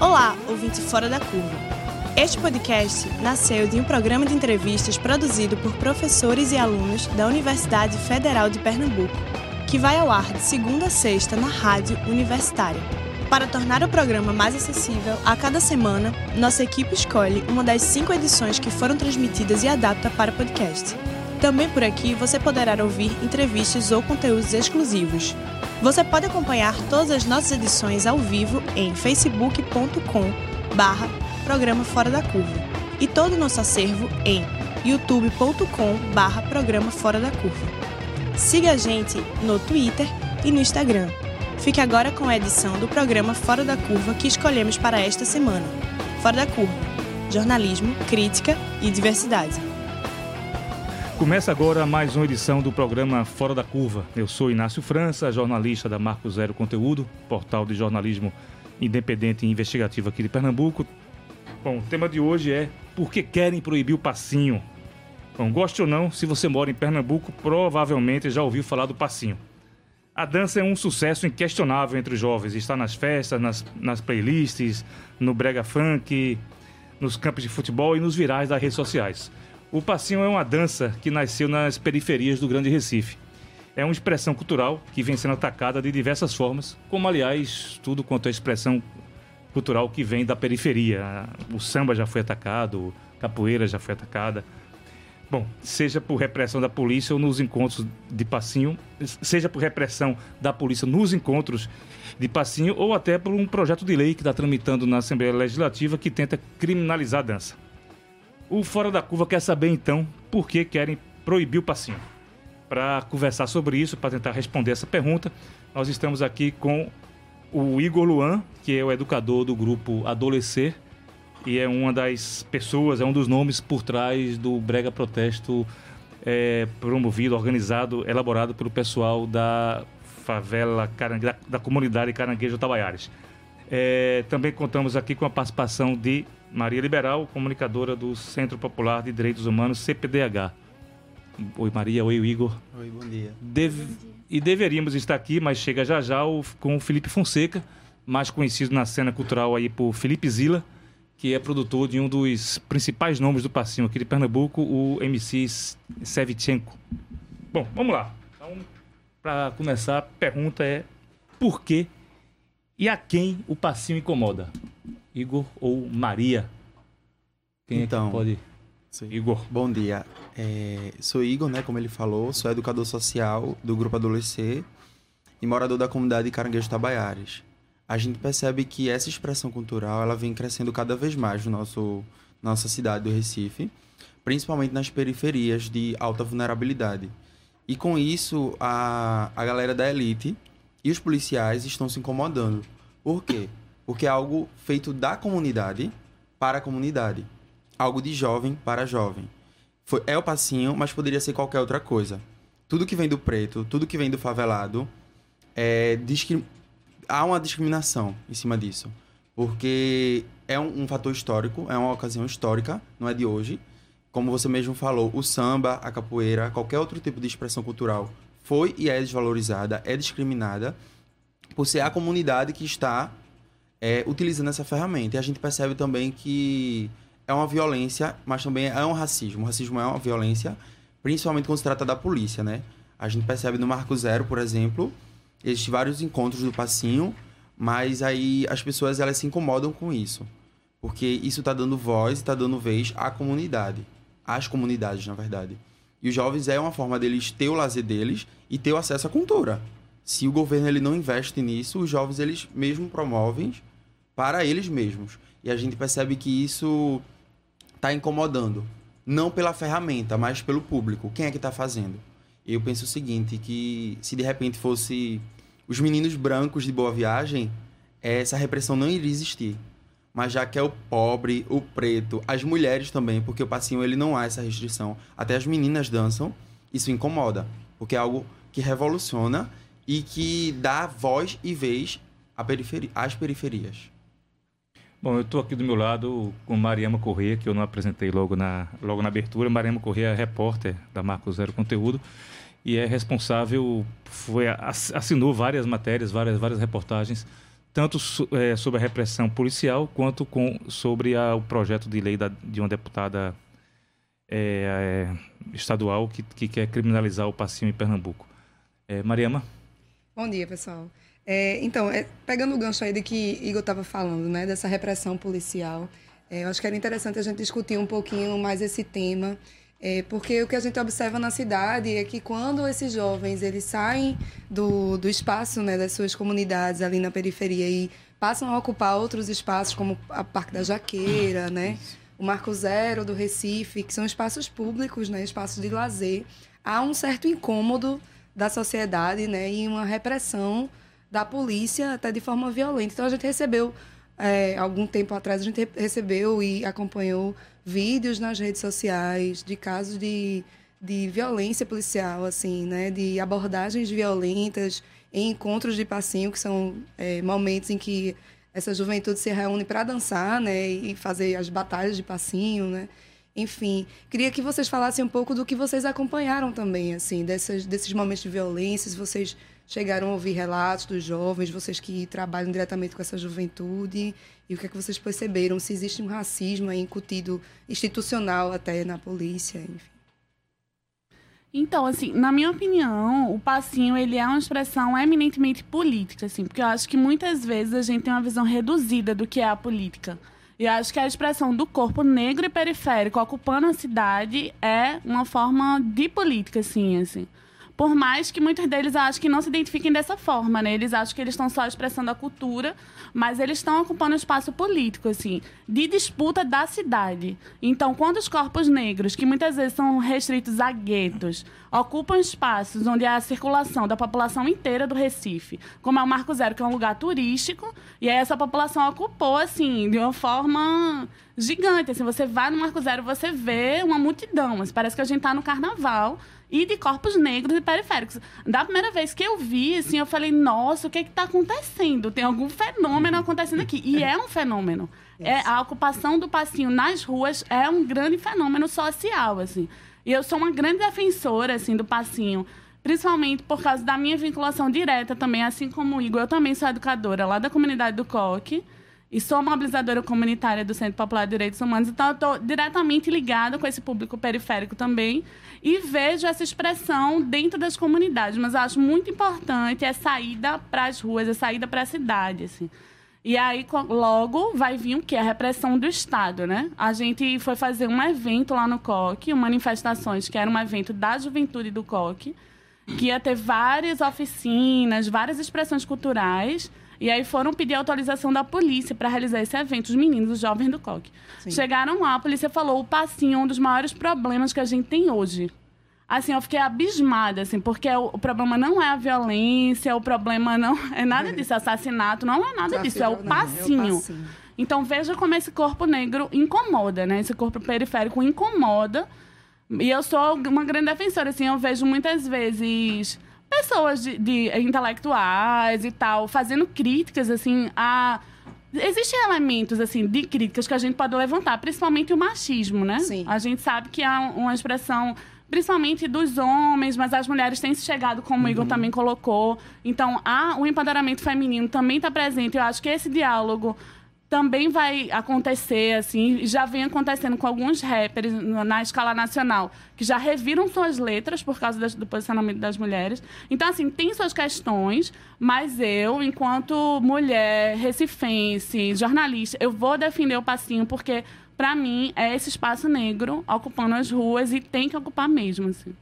Olá, ouvinte Fora da Curva. Este podcast nasceu de um programa de entrevistas produzido por professores e alunos da Universidade Federal de Pernambuco, que vai ao ar de segunda a sexta na Rádio Universitária. Para tornar o programa mais acessível, a cada semana, nossa equipe escolhe uma das 5 edições que foram transmitidas e adapta para podcast. Também por aqui você poderá ouvir entrevistas ou conteúdos exclusivos. Você pode acompanhar todas as nossas edições ao vivo em facebook.com/Programa Fora da Curva e todo o nosso acervo em youtube.com/Programa Fora da Curva. Siga a gente no Twitter e no Instagram. Fique agora com a edição do programa Fora da Curva que escolhemos para esta semana. Fora da Curva, jornalismo, crítica e diversidade. Começa agora mais uma edição do programa Fora da Curva. Eu sou Inácio França, jornalista da Marco Zero Conteúdo, portal de jornalismo independente e investigativo aqui de Pernambuco. Bom, o tema de hoje é por que querem proibir o passinho? Bom, goste ou não, se você mora em Pernambuco, provavelmente já ouviu falar do passinho. A dança é um sucesso inquestionável entre os jovens. Está nas festas, nas playlists, no brega funk, nos campos de futebol e nos virais das redes sociais. O passinho é uma dança que nasceu nas periferias do Grande Recife. É uma expressão cultural que vem sendo atacada de diversas formas, como, aliás, tudo quanto é expressão cultural que vem da periferia. O samba já foi atacado, a capoeira já foi atacada. Bom, seja por repressão da polícia ou nos encontros de passinho, seja por repressão da polícia nos encontros de passinho ou até por um projeto de lei que está tramitando na Assembleia Legislativa que tenta criminalizar a dança. O Fora da Curva quer saber, então, por que querem proibir o passinho. Para conversar sobre isso, para tentar responder essa pergunta, nós estamos aqui com o Igor Luan, que é o educador do grupo Adolescer, e é uma das pessoas, é um dos nomes por trás do Brega Protesto promovido, organizado, elaborado pelo pessoal da favela, da comunidade Caranguejo Tabaiares. Também contamos aqui com a participação de Maria Liberal, comunicadora do Centro Popular de Direitos Humanos, CPDH. Oi, Maria. Oi, Igor. Oi, bom dia. E deveríamos estar aqui, mas chega já com o Felipe Fonseca, mais conhecido na cena cultural aí por Felipe Zila, que é produtor de um dos principais nomes do passinho aqui de Pernambuco, o MC Sevchenko. Bom, vamos lá. Então, para começar, a pergunta é por que e a quem o passinho incomoda? Igor ou Maria? Quem então, é que pode? Sim. Igor. Bom dia. Sou Igor, né, como ele falou, sou educador social do Grupo Adolescer e morador da comunidade Caranguejo Tabaiares. A gente percebe que essa expressão cultural ela vem crescendo cada vez mais no nossa cidade do Recife, principalmente nas periferias de alta vulnerabilidade. E com isso, a galera da elite e os policiais estão se incomodando. Por quê? Porque é algo feito da comunidade para a comunidade. Algo de jovem para jovem. É o passinho, mas poderia ser qualquer outra coisa. Tudo que vem do preto, tudo que vem do favelado, há uma discriminação em cima disso. Porque é um fator histórico, é uma ocasião histórica, não é de hoje. Como você mesmo falou, o samba, a capoeira, qualquer outro tipo de expressão cultural foi e é desvalorizada, é discriminada por ser a comunidade que está utilizando essa ferramenta. E a gente percebe também que é uma violência, mas também é um racismo. O racismo é uma violência, principalmente quando se trata da polícia, né? A gente percebe no Marco Zero, por exemplo, existem vários encontros do passinho, mas aí as pessoas elas se incomodam com isso. Porque isso está dando voz, está dando vez à comunidade. Às comunidades, na verdade. E os jovens é uma forma deles ter o lazer deles e ter o acesso à cultura. Se o governo ele não investe nisso, os jovens eles mesmo promovem para eles mesmos. E a gente percebe que isso está incomodando. Não pela ferramenta, mas pelo público. Quem é que está fazendo? Eu penso o seguinte, que se de repente fosse os meninos brancos de Boa Viagem, essa repressão não iria existir. Mas já que é o pobre, o preto, as mulheres também, porque o passinho ele não há essa restrição. Até as meninas dançam, isso incomoda. Porque é algo que revoluciona e que dá voz e vez às periferias. Bom, eu estou aqui do meu lado com Mariama Corrêa, que eu não apresentei logo na abertura. Mariama Corrêa é repórter da Marco Zero Conteúdo e é responsável, assinou várias matérias, várias reportagens tanto sobre a repressão policial, quanto sobre o projeto de lei de uma deputada estadual que quer criminalizar o passinho em Pernambuco. Mariama? Bom dia, pessoal. Então, pegando o gancho aí de que Igor estava falando, né, dessa repressão policial, eu acho que era interessante a gente discutir um pouquinho mais esse tema, porque o que a gente observa na cidade é que quando esses jovens eles saem do espaço, né, das suas comunidades ali na periferia e passam a ocupar outros espaços, como a Parque da Jaqueira, né, o Marco Zero do Recife, que são espaços públicos, né, espaços de lazer, há um certo incômodo da sociedade, né, e uma repressão da polícia até de forma violenta. Então, a gente recebeu, algum tempo atrás, a gente recebeu e acompanhou vídeos nas redes sociais de casos de violência policial, assim, né, de abordagens violentas em encontros de passinho, que são momentos em que essa juventude se reúne para dançar, né, e fazer as batalhas de passinho, né. Enfim, queria que vocês falassem um pouco do que vocês acompanharam também, assim, desses momentos de violência, se vocês chegaram a ouvir relatos dos jovens, vocês que trabalham diretamente com essa juventude, e o que é que vocês perceberam, se existe um racismo aí incutido institucional até na polícia, enfim. Então, assim, na minha opinião, o passinho, ele é uma expressão eminentemente política, assim, porque eu acho que muitas vezes a gente tem uma visão reduzida do que é a política. E eu acho que a expressão do corpo negro e periférico ocupando a cidade é uma forma de política, assim. Por mais que muitos deles eu acho que não se identifiquem dessa forma, né? Eles acham que eles estão só expressando a cultura, mas eles estão ocupando um espaço político, assim, de disputa da cidade. Então, quando os corpos negros, que muitas vezes são restritos a guetos, ocupam espaços onde há a circulação da população inteira do Recife, como é o Marco Zero, que é um lugar turístico, e aí essa população ocupou, assim, de uma forma gigante. Assim, você vai no Marco Zero, você vê uma multidão, assim, parece que a gente está no carnaval, e de corpos negros e periféricos. Da primeira vez que eu vi, assim, eu falei, nossa, o que está acontecendo? Tem algum fenômeno acontecendo aqui. E é um fenômeno. A ocupação do passinho nas ruas é um grande fenômeno social, assim. E eu sou uma grande defensora, assim, do passinho, principalmente por causa da minha vinculação direta também, assim como o Igor. Eu também sou educadora lá da comunidade do Coque, e sou mobilizadora comunitária do Centro Popular de Direitos Humanos, então eu estou diretamente ligada com esse público periférico também e vejo essa expressão dentro das comunidades, mas eu acho muito importante a saída para as ruas, a saída para a cidade, assim. E aí, logo, vai vir o quê? A repressão do Estado, né? A gente foi fazer um evento lá no Coque, manifestações, que era um evento da juventude do Coque, que ia ter várias oficinas, várias expressões culturais. E aí foram pedir autorização da polícia para realizar esse evento, os meninos, os jovens do Coque. Sim. Chegaram lá, a polícia falou, o passinho é um dos maiores problemas que a gente tem hoje. Assim, eu fiquei abismada, assim, porque o problema não é a violência, o problema não é nada disso, assassinato, não é nada disso, é o passinho. Então, veja como esse corpo negro incomoda, né? Esse corpo periférico incomoda. E eu sou uma grande defensora, assim, eu vejo muitas vezes pessoas de intelectuais e tal, fazendo críticas, assim, existem elementos, assim, de críticas que a gente pode levantar, principalmente o machismo, né? Sim. A gente sabe que há uma expressão, principalmente dos homens, mas as mulheres têm se chegado, como o Igor também colocou. Então, o empoderamento feminino também está presente. Eu acho que esse diálogo também vai acontecer, assim, já vem acontecendo com alguns rappers na escala nacional, que já reviram suas letras por causa do posicionamento das mulheres. Então, assim, tem suas questões, mas eu, enquanto mulher, recifense, jornalista, eu vou defender o passinho, porque, para mim, é esse espaço negro ocupando as ruas e tem que ocupar mesmo, assim.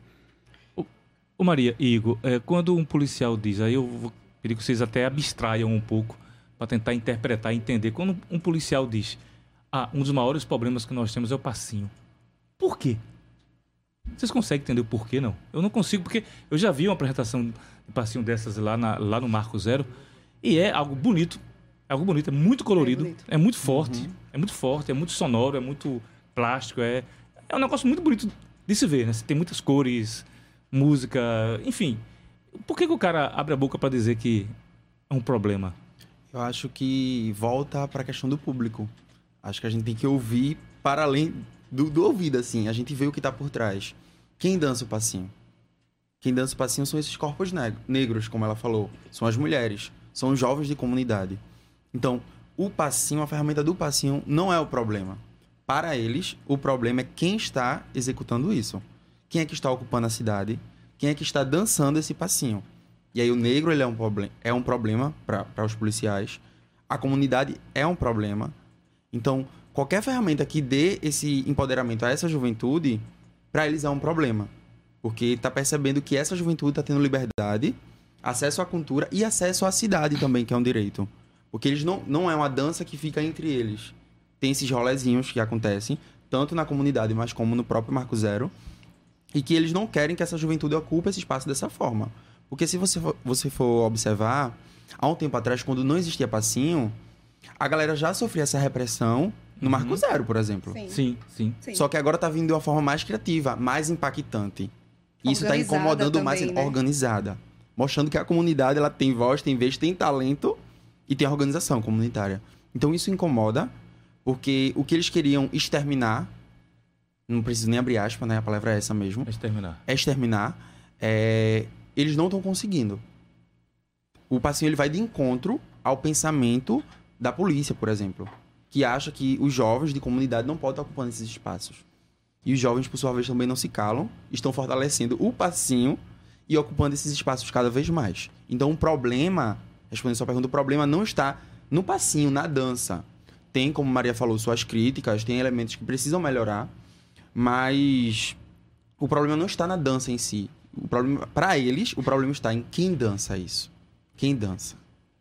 Ô Maria e Igor, quando um policial diz, aí eu vou pedir que vocês até abstraiam um pouco, para tentar interpretar e entender. Quando um policial diz, um dos maiores problemas que nós temos é o passinho. Por quê? Vocês conseguem entender o porquê, não? Eu não consigo, porque eu já vi uma apresentação de passinho dessas lá no Marco Zero, e é algo bonito, é muito colorido, é muito forte, é muito sonoro, é muito plástico, é um negócio muito bonito de se ver, né? Tem muitas cores, música, enfim. Por que o cara abre a boca para dizer que é um problema? Eu acho que volta para a questão do público. Acho que a gente tem que ouvir para além do ouvido, assim. A gente vê o que está por trás. Quem dança o passinho? Quem dança o passinho são esses corpos negros, como ela falou. São as mulheres, são os jovens de comunidade. Então, o passinho, a ferramenta do passinho não é o problema. Para eles, o problema é quem está executando isso. Quem é que está ocupando a cidade? Quem é que está dançando esse passinho? E aí o negro ele é um problema para os policiais. A comunidade é um problema. Então, qualquer ferramenta que dê esse empoderamento a essa juventude, para eles é um problema. Porque está percebendo que essa juventude está tendo liberdade, acesso à cultura e acesso à cidade também, que é um direito. Porque eles não é uma dança que fica entre eles. Tem esses rolezinhos que acontecem, tanto na comunidade, mas como no próprio Marco Zero, e que eles não querem que essa juventude ocupe esse espaço dessa forma. Porque se você for observar, há um tempo atrás, quando não existia passinho, a galera já sofria essa repressão no Marco Zero, por exemplo. Sim. Só que agora tá vindo de uma forma mais criativa, mais impactante. E isso tá incomodando também, mais, né? Organizada. Mostrando que a comunidade ela tem voz, tem vez, tem talento e tem organização comunitária. Então isso incomoda, porque o que eles queriam exterminar, não preciso nem abrir aspas, né? A palavra é essa mesmo. Exterminar. Eles não estão conseguindo. O passinho ele vai de encontro ao pensamento da polícia, por exemplo, que acha que os jovens de comunidade não podem estar ocupando esses espaços. E os jovens, por sua vez, também não se calam, estão fortalecendo o passinho e ocupando esses espaços cada vez mais. Então, o problema, respondendo a sua pergunta, o problema não está no passinho, na dança. Tem, como Maria falou, suas críticas, tem elementos que precisam melhorar, mas o problema não está na dança em si. O problema, para eles, o problema está em quem dança isso. Quem dança.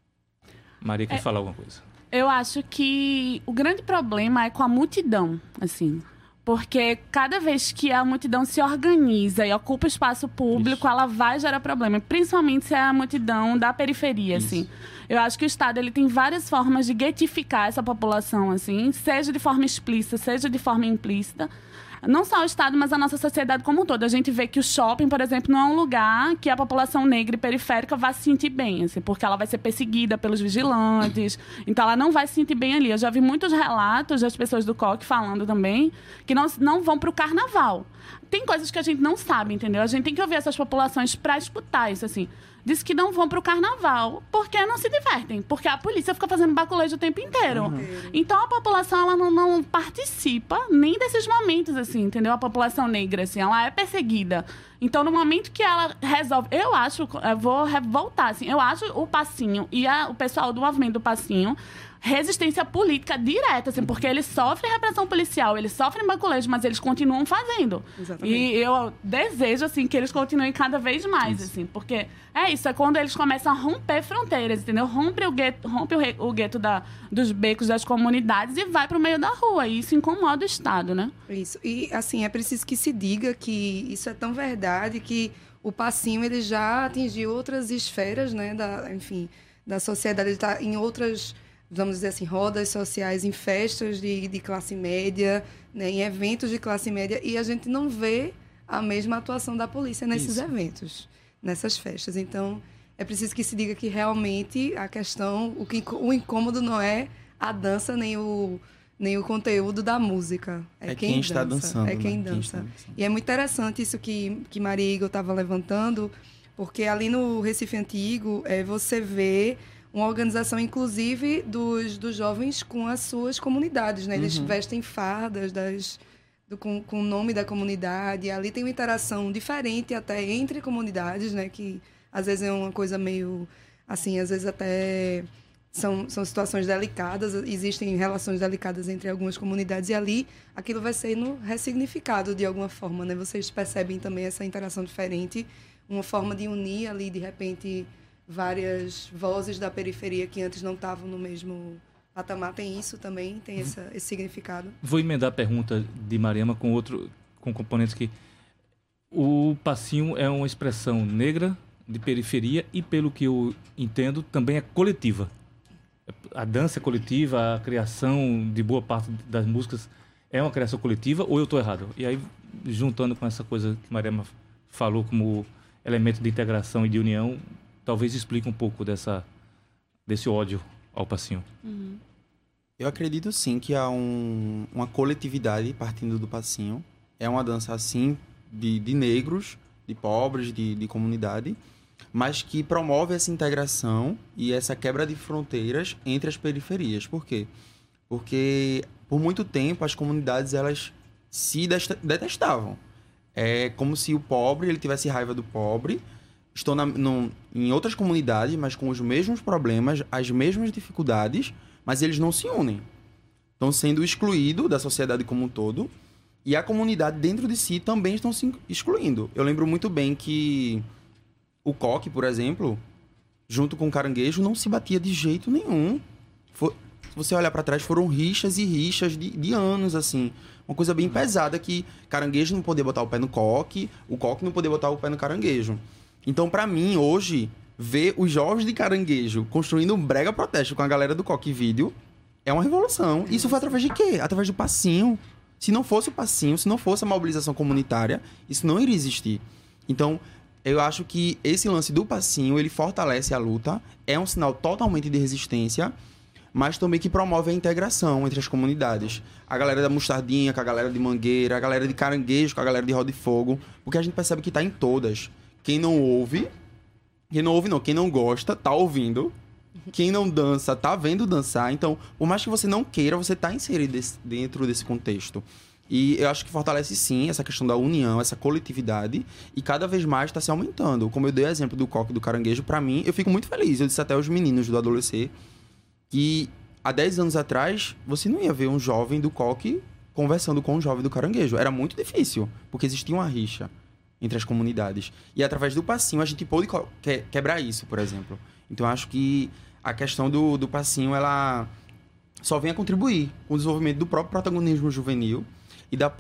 Maria quer falar alguma coisa. Eu acho que o grande problema é com a multidão, assim. Porque cada vez que a multidão se organiza e ocupa espaço público, ela vai gerar problema. Principalmente se é a multidão da periferia, assim. Eu acho que o Estado ele tem várias formas de guetificar essa população, assim. Seja de forma explícita, seja de forma implícita. Não só o Estado, mas a nossa sociedade como um todo. A gente vê que o shopping, por exemplo, não é um lugar que a população negra e periférica vai se sentir bem, assim, porque ela vai ser perseguida pelos vigilantes. Então, ela não vai se sentir bem ali. Eu já vi muitos relatos das pessoas do COC falando também que não vão para o carnaval. Tem coisas que a gente não sabe, entendeu? A gente tem que ouvir essas populações para escutar isso, assim. Diz que não vão para o carnaval porque não se divertem, porque a polícia fica fazendo baculejo o tempo inteiro. Então, a população ela não participa nem desses momentos, assim, entendeu? A população negra, assim, ela é perseguida. Então, no momento que ela resolve... Eu vou voltar, assim, eu acho o passinho e o pessoal do movimento do passinho resistência política direta, assim, porque eles sofrem repressão policial, eles sofrem baculejo, mas eles continuam fazendo. Exatamente. E eu desejo, assim, que eles continuem cada vez mais, assim, porque é quando eles começam a romper fronteiras, entendeu? Rompe o gueto dos becos das comunidades e vai pro meio da rua, e isso incomoda o Estado, né? Isso. E, assim, é preciso que se diga que isso é tão verdade que o passinho, ele já atingiu outras esferas, né, da sociedade, ele está em outras, vamos dizer assim, rodas sociais, em festas de classe média, né, em eventos de classe média, e a gente não vê a mesma atuação da polícia nesses eventos, nessas festas. Então, é preciso que se diga que realmente a questão, o incômodo não é a dança nem o conteúdo da música. É quem está dançando. É quem né? dança. E é muito interessante isso que Maria Igor estava levantando, porque ali no Recife Antigo, você vê uma organização, inclusive, dos jovens com as suas comunidades, né? Eles vestem fardas com o nome da comunidade. E ali tem uma interação diferente até entre comunidades, né? Que às vezes é uma coisa meio... Assim, às vezes até... São situações delicadas, existem relações delicadas entre algumas comunidades, e ali aquilo vai sendo ressignificado de alguma forma, né? Vocês percebem também essa interação diferente, uma forma de unir ali, de repente, várias vozes da periferia que antes não estavam no mesmo patamar. Tem isso também, tem esse significado. Vou emendar a pergunta de Mariama com componentes que o passinho é uma expressão negra de periferia e, pelo que eu entendo, também é coletiva. A dança é coletiva, a criação de boa parte das músicas é uma criação coletiva, ou eu estou errado? E aí, juntando com essa coisa que Mariama falou como elemento de integração e de união, talvez explique um pouco desse ódio ao passinho. Eu acredito sim que há uma coletividade partindo do passinho. É uma dança assim de negros, de pobres, de comunidade. mas que promove essa integração e essa quebra de fronteiras entre as periferias. Por quê? Porque por muito tempo as comunidades elas se detestavam. É como se o pobre ele tivesse raiva do pobre. Estão em outras comunidades, mas com os mesmos problemas, as mesmas dificuldades, mas eles não se unem. Estão sendo excluídos da sociedade como um todo e a comunidade dentro de si também estão se excluindo. Eu lembro muito bem que o coque, por exemplo, junto com o caranguejo, não se batia de jeito nenhum. Se você olhar para trás, foram rixas e rixas de anos, assim. Uma coisa bem pesada que caranguejo não podia botar o pé no coque, o coque não podia botar o pé no caranguejo. Então, para mim, hoje, ver os jovens de caranguejo construindo um brega protesto com a galera do coque vídeo é uma revolução. Isso foi através de quê? Através do passinho. Se não fosse o passinho, se não fosse a mobilização comunitária, isso não iria existir. Então, eu acho que esse lance do passinho, ele fortalece a luta, é um sinal totalmente de resistência, mas também que promove a integração entre as comunidades. A galera da Mostardinha com a galera de Mangueira, a galera de Caranguejo com a galera de Roda de Fogo, porque a gente percebe que tá em todas. Quem não ouve não, quem não gosta, tá ouvindo. Quem não dança, tá vendo dançar. Então, por mais que você não queira, você tá inserido dentro desse contexto. E eu acho que fortalece, sim, essa questão da união, essa coletividade. E cada vez mais está se aumentando. Como eu dei o exemplo do coque e do caranguejo, para mim, eu fico muito feliz. Eu disse até aos meninos do Adolescer que há 10 anos atrás, você não ia ver um jovem do coque conversando com um jovem do caranguejo. Era muito difícil, porque existia uma rixa entre as comunidades. E através do passinho, a gente pôde quebrar isso, por exemplo. Então, eu acho que a questão do passinho, ela só vem a contribuir com o desenvolvimento do próprio protagonismo juvenil e da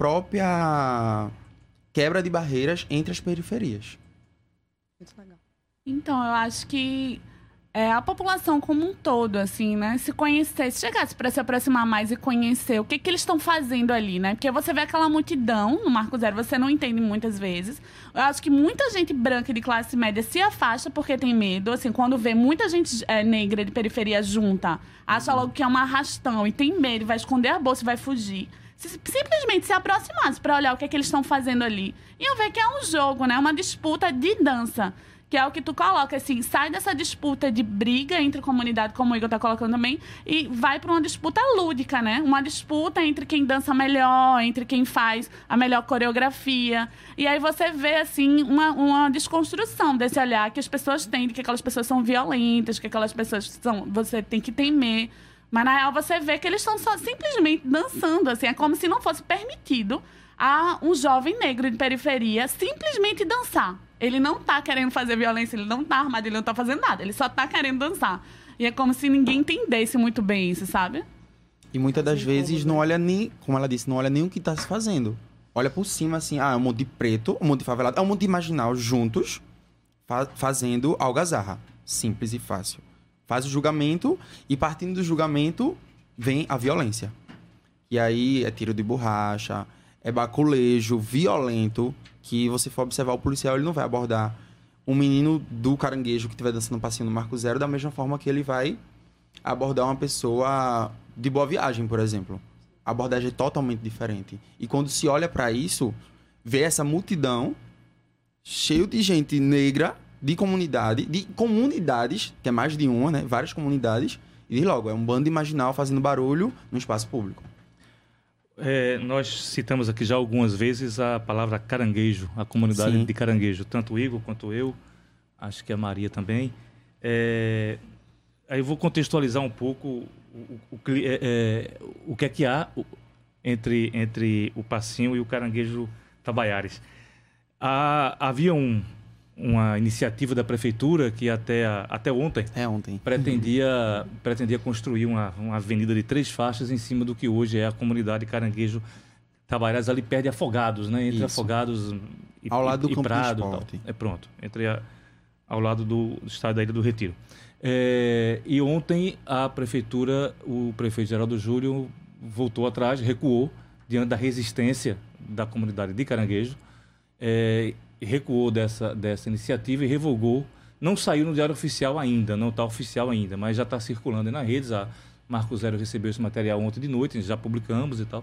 própria quebra de barreiras entre as periferias. Muito legal. Então, eu acho que a população como um todo, assim, né? Se conhecer, se chegasse para se aproximar mais e conhecer o que eles estão fazendo ali, né? Porque você vê aquela multidão no Marco Zero, você não entende muitas vezes. Eu acho que muita gente branca de classe média se afasta porque tem medo. Assim, quando vê muita gente negra de periferia junta, acha logo que é uma arrastão e tem medo, vai esconder a bolsa e vai fugir. Se simplesmente se aproximasse para olhar o que eles estão fazendo ali, iam ver que é um jogo, né? Uma disputa de dança. Que é o que tu coloca, assim, sai dessa disputa de briga entre comunidade, como o Igor tá colocando também, e vai para uma disputa lúdica, né? Uma disputa entre quem dança melhor, entre quem faz a melhor coreografia. E aí você vê, assim, uma desconstrução desse olhar que as pessoas têm, de que aquelas pessoas são violentas, que aquelas pessoas você tem que temer. Mas, na real, você vê que eles estão só simplesmente dançando, assim, é como se não fosse permitido a um jovem negro de periferia simplesmente dançar. Ele não tá querendo fazer violência, ele não tá armado, ele não tá fazendo nada. Ele só tá querendo dançar. E é como se ninguém entendesse muito bem isso, sabe? E muitas das vezes não olha nem, como ela disse, não olha nem o que tá se fazendo. Olha por cima, assim, é um monte de preto, um monte de favelado, é um monte de marginal juntos fazendo algazarra. Simples e fácil. Faz o julgamento e partindo do julgamento vem a violência. E aí é tiro de borracha, é baculejo violento, que você for observar o policial, ele não vai abordar um menino do caranguejo que estiver dançando passinho no Marco Zero da mesma forma que ele vai abordar uma pessoa de Boa Viagem, por exemplo. A abordagem é totalmente diferente. E quando se olha para isso, vê essa multidão cheio de gente negra, de comunidades, que é mais de uma, né? Várias comunidades, e diz logo, é um bando marginal fazendo barulho no espaço público. Nós citamos aqui já algumas vezes a palavra caranguejo, a comunidade Sim. de Caranguejo, tanto o Igor quanto eu, acho que a Maria também. Aí eu vou contextualizar um pouco o que é que há entre o Passinho e o Caranguejo Tabaiares. Havia uma iniciativa da prefeitura que até ontem, ontem. pretendia construir uma avenida de 3 faixas em cima do que hoje é a comunidade Caranguejo Tabaiaras, ali perto de Afogados, né? Entre Isso. Afogados Ao lado do Campo do Prado. Esporte. Pronto, ao lado do estado da Ilha do Retiro. E ontem a prefeitura, o prefeito Geraldo Júlio voltou atrás, recuou diante da resistência da comunidade de Caranguejo, recuou dessa iniciativa e revogou. Não saiu no Diário Oficial ainda, não está oficial ainda, mas já está circulando nas redes. A Marco Zero recebeu esse material ontem de noite, já publicamos e tal.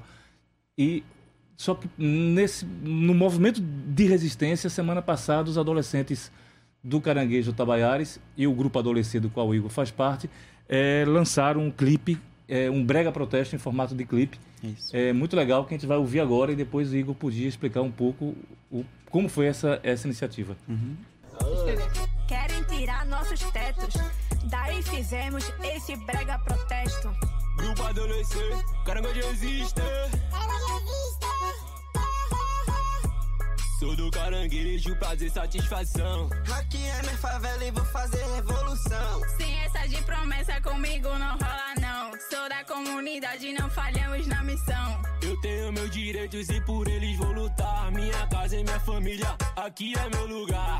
Só que no movimento de resistência, semana passada, os adolescentes do Caranguejo Tabaiares e o grupo Adolescer, do qual o Igor faz parte, lançaram um clipe, um brega protesto em formato de clipe. Isso. É muito legal, que a gente vai ouvir agora e depois o Igor podia explicar um pouco como foi essa iniciativa. Uhum. Querem tirar nossos tetos, daí fizemos esse brega protesto. Grupo Adolescer, Caranguejo existe. Sou do Caranguejo, prazer, satisfação. Aqui é minha favela e vou fazer revolução. Sem essa de promessa comigo não rola não. Sou da comunidade, não falhamos na missão. Eu tenho meus direitos e por eles vou lutar. Minha casa e minha família, aqui é meu lugar.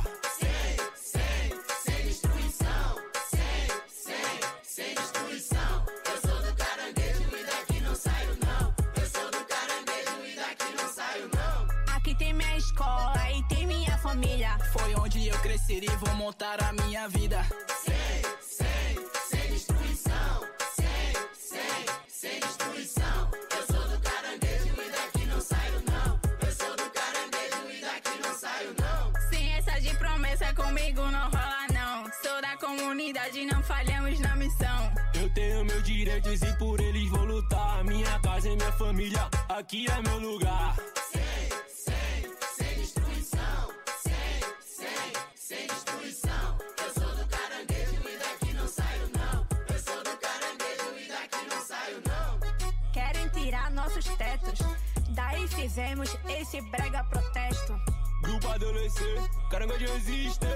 Sem destruição. Sem destruição. Eu sou do Caranguejo e daqui não saio não. Eu sou do Caranguejo e daqui não saio não. Aqui tem minha escola e tem minha família. Foi onde eu crescer e vou montar a minha vida. Sem destruição. Sem destruição. Eu sou do Caranguejo e daqui não saio não. Eu sou do Caranguejo e daqui não saio não. Sem essa de promessa comigo não rola não. Sou da comunidade, não falhamos na missão. Eu tenho meus direitos e por eles vou lutar. Minha casa e minha família, aqui é meu lugar. Sem destruição. Sem destruição. Eu sou do Caranguejo e daqui não saio não. Eu sou do Caranguejo e daqui não saio não. Querem tirar nossos tetos, daí fizemos esse brega protesto. Grupo Adolescer, Caranguejo existe.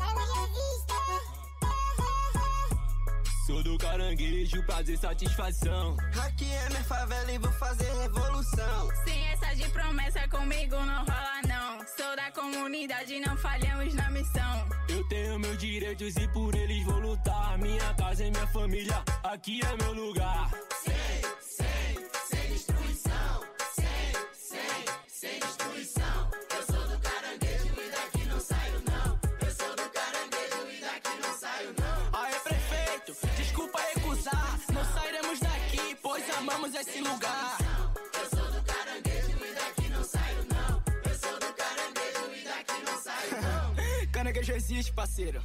Sou do Caranguejo, prazer, satisfação. Aqui é minha favela e vou fazer revolução. Sem essa de promessa comigo não rola não. Sou da comunidade, não falhamos na missão. Eu tenho meus direitos e por eles vou lutar. Minha casa e minha família, aqui é meu lugar. Sem destruição. Sem destruição. Eu sou do Caranguejo e daqui não saio não. Eu sou do Caranguejo e daqui não saio não. Aê, prefeito, desculpa recusar. Não sairemos daqui, pois amamos esse lugar. Eu sou do Caranguejo e daqui não saio não. Eu sou do Caranguejo e daqui não saio não. Caranguejo existe, parceiro.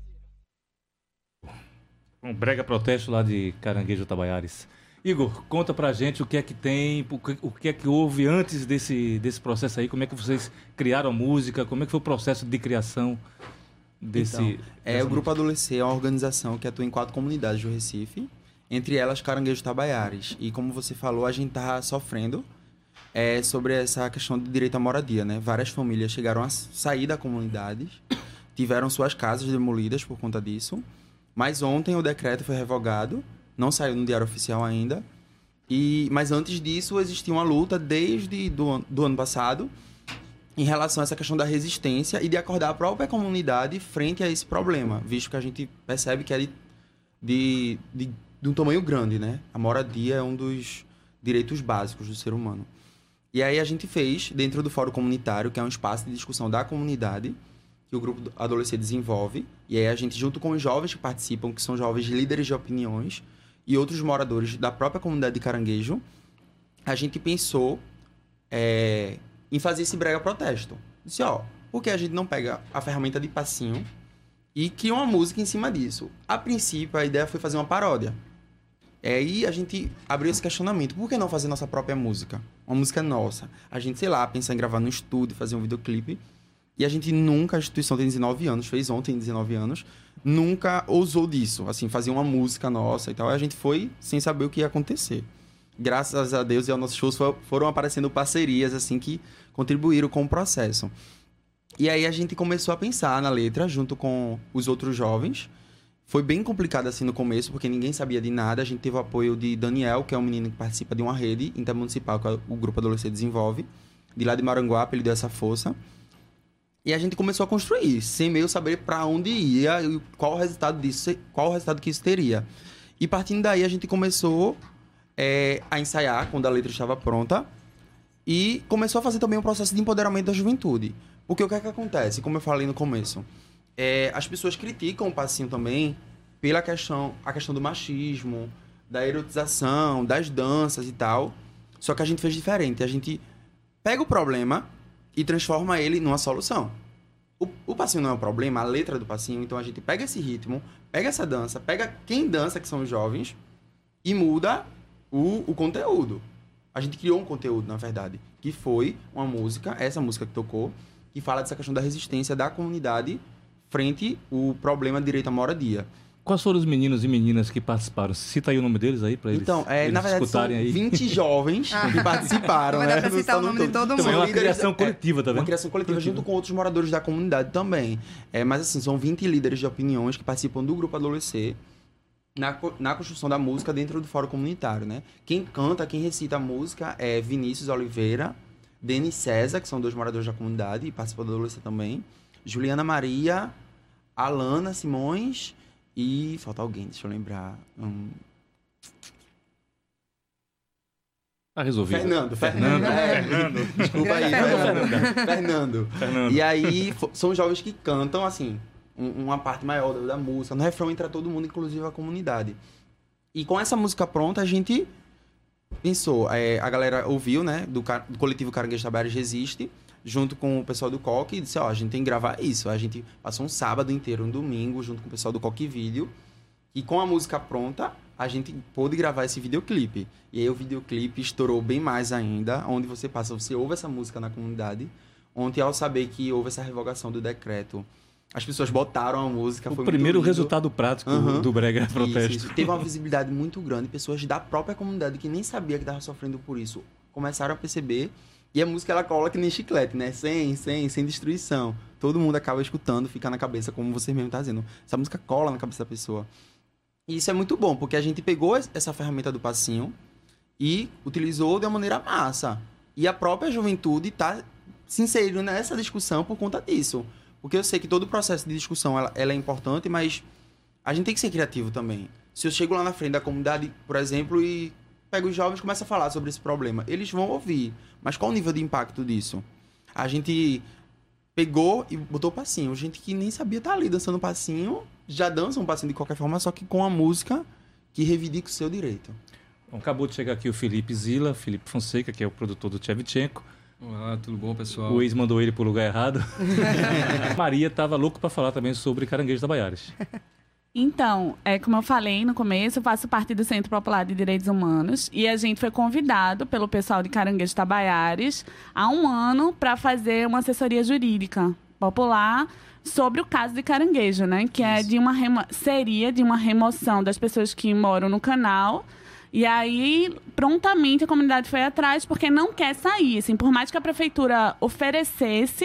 Um brega protesto lá de Caranguejo Tabaiares. Igor, conta pra gente o que é que tem, o que é que houve antes desse processo aí, como é que vocês criaram a música, como é que foi o processo de criação desse... Então, o Grupo Adolescer é uma organização que atua em 4 comunidades do Recife, entre elas Caranguejo Tabaiares. E como você falou, a gente tá sofrendo sobre essa questão de direito à moradia, né? Várias famílias chegaram a sair da comunidade, tiveram suas casas demolidas por conta disso, mas ontem o decreto foi revogado, não saiu no Diário Oficial ainda. Mas antes disso, existia uma luta desde do ano passado em relação a essa questão da resistência e de acordar a própria comunidade frente a esse problema, visto que a gente percebe que é de um tamanho grande, né? A moradia é um dos direitos básicos do ser humano. E aí a gente fez, dentro do Fórum Comunitário, que é um espaço de discussão da comunidade, que o Grupo Adolescer desenvolve, e aí a gente, junto com os jovens que participam, que são jovens líderes de opiniões, e outros moradores da própria comunidade de Caranguejo, a gente pensou em fazer esse brega protesto. Disse, por que a gente não pega a ferramenta de passinho e cria uma música em cima disso? A princípio, a ideia foi fazer uma paródia. Aí a gente abriu esse questionamento. Por que não fazer nossa própria música? Uma música nossa. A gente, pensar em gravar no estúdio, fazer um videoclipe. E a gente nunca, a instituição tem 19 anos, fez ontem 19 anos, nunca ousou disso, assim, fazer uma música nossa e tal. E a gente foi sem saber o que ia acontecer. Graças a Deus e aos nossos shows foram aparecendo parcerias, assim, que contribuíram com o processo. E aí a gente começou a pensar na letra, junto com os outros jovens. Foi bem complicado, assim, no começo, porque ninguém sabia de nada. A gente teve o apoio de Daniel, que é um menino que participa de uma rede intermunicipal que o Grupo Adolescente desenvolve. De lá de Maranguape, ele deu essa força. E a gente começou a construir, sem meio saber para onde ia e qual o resultado disso, qual o resultado que isso teria. E partindo daí, a gente começou a ensaiar, quando a letra estava pronta, e começou a fazer também um processo de empoderamento da juventude. Porque o que é que acontece? Como eu falei no começo, as pessoas criticam o passinho também pela a questão do machismo, da erotização, das danças e tal. Só que a gente fez diferente. A gente pega o problema e transforma ele numa solução. O passinho não é um problema, a letra do passinho, então a gente pega esse ritmo, pega essa dança, pega quem dança, que são os jovens, e muda o conteúdo. A gente criou um conteúdo, na verdade, que foi uma música, essa música que tocou, que fala dessa questão da resistência da comunidade frente ao problema de direito à moradia. Quais foram os meninos e meninas que participaram? Cita aí o nome deles aí, para eles, Então, eles na verdade, são escutarem aí. 20 jovens que participaram. Vai dar né? pra citar o nome de todo mundo. Também é uma líderes- criação coletiva, tá vendo? Uma criação coletiva junto com outros moradores da comunidade também. Mas assim, são 20 líderes de opiniões que participam do Grupo Adolescer na construção da música dentro do fórum comunitário, né? Quem canta, quem recita a música é Vinícius Oliveira, Denis César, que são 2 moradores da comunidade e participam do Adolescer também, Juliana Maria, Alana Simões e... falta alguém, deixa eu lembrar. Tá resolvido. Fernando. Desculpa aí, Fernando. E aí, são jovens que cantam, assim, uma parte maior da música. No refrão entra todo mundo, inclusive a comunidade. E com essa música pronta, a gente pensou, a galera ouviu, né, do coletivo Caranguejo Tabaiaras Resiste, junto com o pessoal do Coque, e disse, a gente tem que gravar isso. A gente passou um sábado inteiro, um domingo, junto com o pessoal do Coque Vídeo, e com a música pronta, a gente pôde gravar esse videoclipe. E aí o videoclipe estourou bem mais ainda, onde você ouve essa música na comunidade. Ontem, ao saber que houve essa revogação do decreto, as pessoas botaram a música. O foi primeiro muito lindo. resultado prático do Brega Protesto. Isso. Teve uma visibilidade muito grande. Pessoas da própria comunidade que nem sabia que estava sofrendo por isso começaram a perceber. E a música, ela cola que nem chiclete, né? Sem destruição. Todo mundo acaba escutando, fica na cabeça, como você mesmo está dizendo. Essa música cola na cabeça da pessoa. E isso é muito bom, porque a gente pegou essa ferramenta do passinho e utilizou de uma maneira massa. E a própria juventude está se inserindo nessa discussão por conta disso. Porque eu sei que todo o processo de discussão ela é importante, mas a gente tem que ser criativo também. Se eu chego lá na frente da comunidade, por exemplo, e pego os jovens e começo a falar sobre esse problema, eles vão ouvir. Mas qual o nível de impacto disso? A gente pegou e botou o passinho. Gente que nem sabia estar ali dançando passinho, já dança um passinho de qualquer forma, só que com a música que reivindica o seu direito. Bom, acabou de chegar aqui o Felipe Fonseca, que é o produtor do Tchevchenko. Olá, tudo bom, pessoal? O ex mandou ele pro lugar errado. Maria estava louco para falar também sobre Caranguejo Tabaiaras. Então, como eu falei no começo, eu faço parte do Centro Popular de Direitos Humanos e a gente foi convidado pelo pessoal de Caranguejo Tabaiaras há um ano para fazer uma assessoria jurídica popular sobre o caso de Caranguejo, né? Que é seria de uma remoção das pessoas que moram no canal. E aí, prontamente, a comunidade foi atrás porque não quer sair. Assim, por mais que a prefeitura oferecesse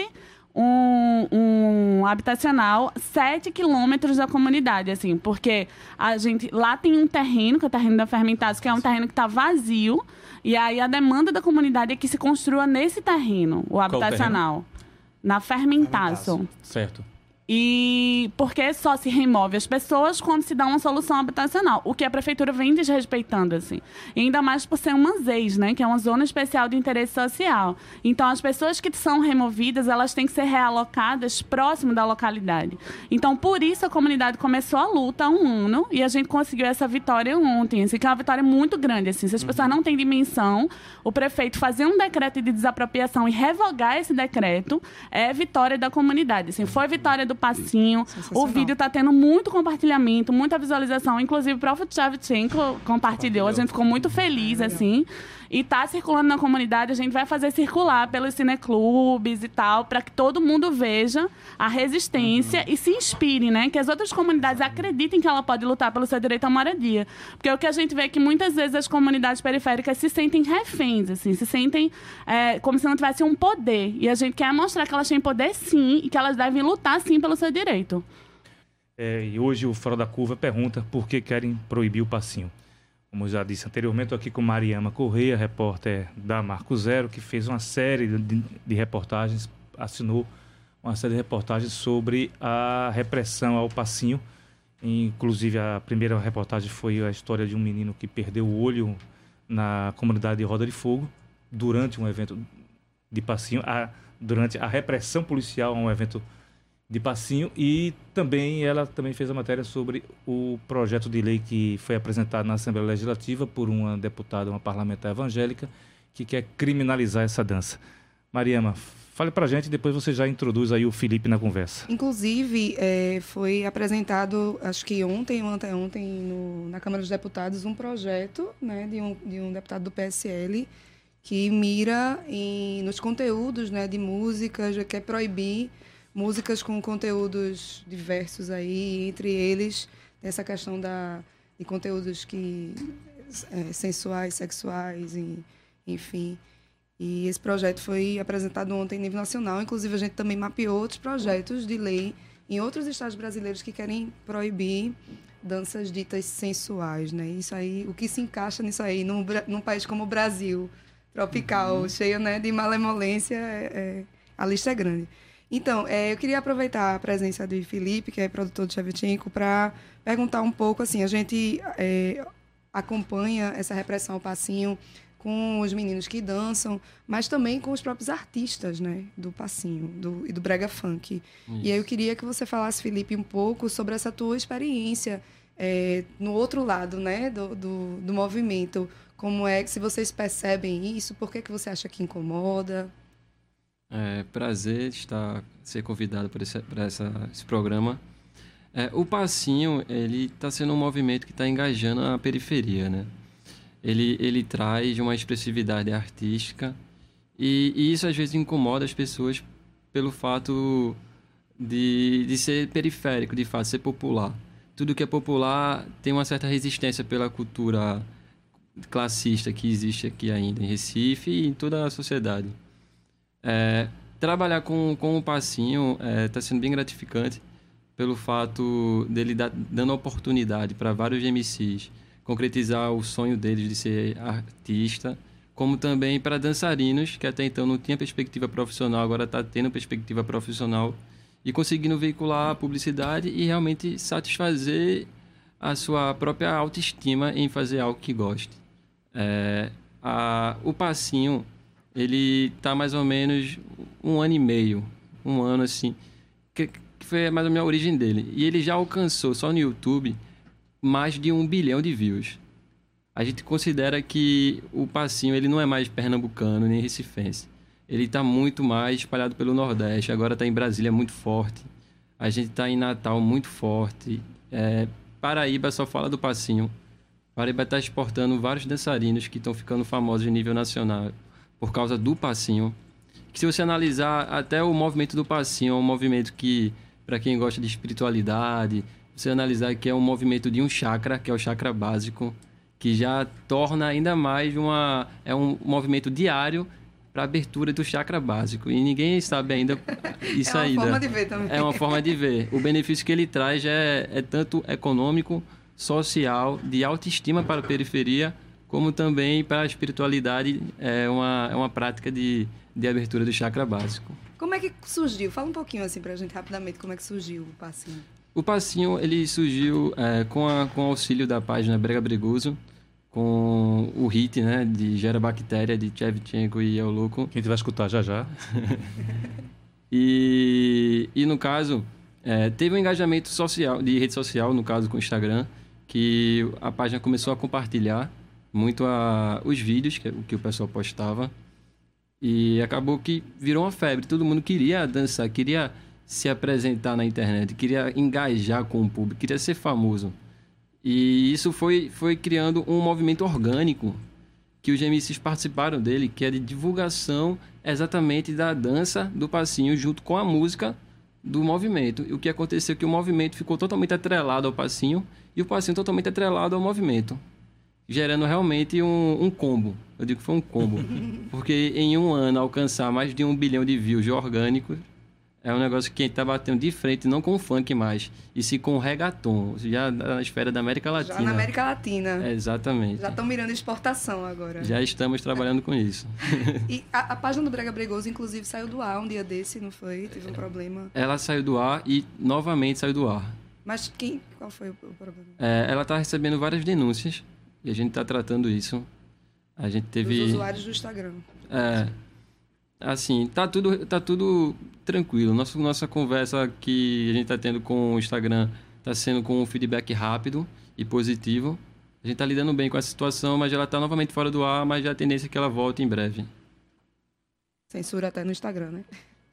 um habitacional 7 quilômetros da comunidade, assim, porque a gente lá tem um terreno, que é o terreno da Fermentaço, que é um terreno que está vazio, e aí a demanda da comunidade é que se construa nesse terreno, o habitacional. Na Fermentaço. Certo. E porque só se remove as pessoas quando se dá uma solução habitacional, o que a prefeitura vem desrespeitando, assim. E ainda mais por ser uma ZEIS, né, que é uma zona especial de interesse social. Então, as pessoas que são removidas, elas têm que ser realocadas próximo da localidade. Então, por isso, a comunidade começou a luta há um ano e a gente conseguiu essa vitória ontem, assim, que é uma vitória muito grande, assim. Se as pessoas não têm dimensão, o prefeito fazer um decreto de desapropriação e revogar esse decreto é vitória da comunidade, assim. Foi vitória do passinho. O vídeo está tendo muito compartilhamento, muita visualização. Inclusive, o próprio Tchevchenko compartilhou. A gente ficou muito feliz, assim. E está circulando na comunidade. A gente vai fazer circular pelos cineclubes e tal, para que todo mundo veja a resistência e se inspire, né? Que as outras comunidades acreditem que ela pode lutar pelo seu direito à moradia. Porque o que a gente vê é que muitas vezes as comunidades periféricas se sentem reféns, assim, se sentem como se não tivessem um poder. E a gente quer mostrar que elas têm poder, sim, e que elas devem lutar, sim, pelo seu direito. E hoje o Fora da Curva pergunta por que querem proibir o passinho. Como eu já disse anteriormente, estou aqui com Mariama Correia, repórter da Marco Zero, que fez uma série de reportagens, assinou uma série de reportagens sobre a repressão ao passinho. Inclusive, a primeira reportagem foi a história de um menino que perdeu o olho na comunidade de Roda de Fogo durante um evento de passinho, durante a repressão policial a um evento de passinho. E também ela também fez a matéria sobre o projeto de lei que foi apresentado na Assembleia Legislativa por uma deputada, uma parlamentar evangélica, que quer criminalizar essa dança. Mariama, fale pra gente e depois você já introduz aí o Felipe na conversa. Inclusive, foi apresentado, acho que ontem ou anteontem, na Câmara dos Deputados, um projeto, né, de um deputado do PSL que mira nos conteúdos, né, de músicas, quer proibir músicas com conteúdos diversos aí, entre eles essa questão de conteúdos sensuais, sexuais, enfim. E esse projeto foi apresentado ontem em nível nacional. Inclusive, a gente também mapeou outros projetos de lei em outros estados brasileiros que querem proibir danças ditas sensuais, né? Isso aí, o que se encaixa nisso aí, num país como o Brasil, tropical, cheio, né, de malemolência, a lista é grande. Então, eu queria aproveitar a presença de Felipe, que é produtor de Shevchenko, para perguntar um pouco, assim, a gente acompanha essa repressão ao passinho com os meninos que dançam, mas também com os próprios artistas, né, do passinho e do brega funk. Isso. E aí eu queria que você falasse, Felipe, um pouco sobre essa tua experiência no outro lado, né, do movimento. Como é que, se vocês percebem isso, por que você acha que incomoda? É prazer ser convidado para esse programa. O passinho, ele está sendo um movimento que está engajando a periferia, né? Ele traz uma expressividade artística e isso às vezes incomoda as pessoas pelo fato de ser periférico, de fato, ser popular. Tudo que é popular tem uma certa resistência pela cultura classista que existe aqui ainda em Recife e em toda a sociedade. Trabalhar com o passinho está sendo bem gratificante pelo fato dele dando oportunidade para vários MCs concretizar o sonho deles de ser artista, como também para dançarinos que até então não tinha perspectiva profissional, agora está tendo perspectiva profissional e conseguindo veicular a publicidade e realmente satisfazer a sua própria autoestima em fazer algo que goste. O passinho, ele está mais ou menos 1 ano e meio, 1 ano assim, que foi mais ou menos a origem dele. E ele já alcançou, só no YouTube, mais de 1 bilhão de views. A gente considera que o passinho ele não é mais pernambucano nem recifense. Ele está muito mais espalhado pelo Nordeste. Agora está em Brasília muito forte. A gente está em Natal muito forte. Paraíba só fala do passinho. Paraíba está exportando vários dançarinos que estão ficando famosos em nível nacional por causa do passinho. Que se você analisar até o movimento do passinho, é um movimento que, para quem gosta de espiritualidade, você analisar que é um movimento de um chakra, que é o chakra básico, que já torna ainda mais um movimento diário para a abertura do chakra básico. E ninguém sabe ainda isso ainda. É uma forma de ver também. É uma forma de ver. O benefício que ele traz é tanto econômico, social, de autoestima para a periferia, como também para a espiritualidade. É uma prática de abertura do chakra básico. Como é que surgiu? Fala um pouquinho assim para a gente rapidamente como é que surgiu o passinho. O passinho ele surgiu com o auxílio da página Brega Bregoso, com o hit, né, de Gera Bactéria, de Shevchenko e El Louco. Que a gente vai escutar já já. E no caso, teve um engajamento social, de rede social, no caso com o Instagram, que a página começou a compartilhar muito os vídeos que o pessoal postava. E acabou que virou uma febre. Todo mundo queria dançar, queria se apresentar na internet, queria engajar com o público, queria ser famoso. E isso foi criando um movimento orgânico que os MCs participaram dele, que é de divulgação exatamente da dança do passinho junto com a música do movimento. E o que aconteceu é que o movimento ficou totalmente atrelado ao passinho e o passinho totalmente atrelado ao movimento, gerando realmente um combo. Eu digo que foi um combo. Porque em 1 ano alcançar mais de 1 bilhão de views orgânicos é um negócio que a gente tá batendo de frente, não com o funk mais, e sim com o reggaeton, já na esfera da América Latina. Já na América Latina. Exatamente. Já estão mirando exportação agora. Já estamos trabalhando com isso. E a página do Brega Bregoso, inclusive, saiu do ar um dia desse, não foi? Teve um problema. Ela saiu do ar e novamente saiu do ar. Mas qual foi o problema? Ela está recebendo várias denúncias e a gente está tratando isso. A gente teve... Os usuários do Instagram. Assim, tá tudo tranquilo. Nossa conversa que a gente tá tendo com o Instagram tá sendo com um feedback rápido e positivo. A gente tá lidando bem com essa situação, mas ela tá novamente fora do ar, mas já a tendência é que ela volte em breve. Censura até no Instagram, né?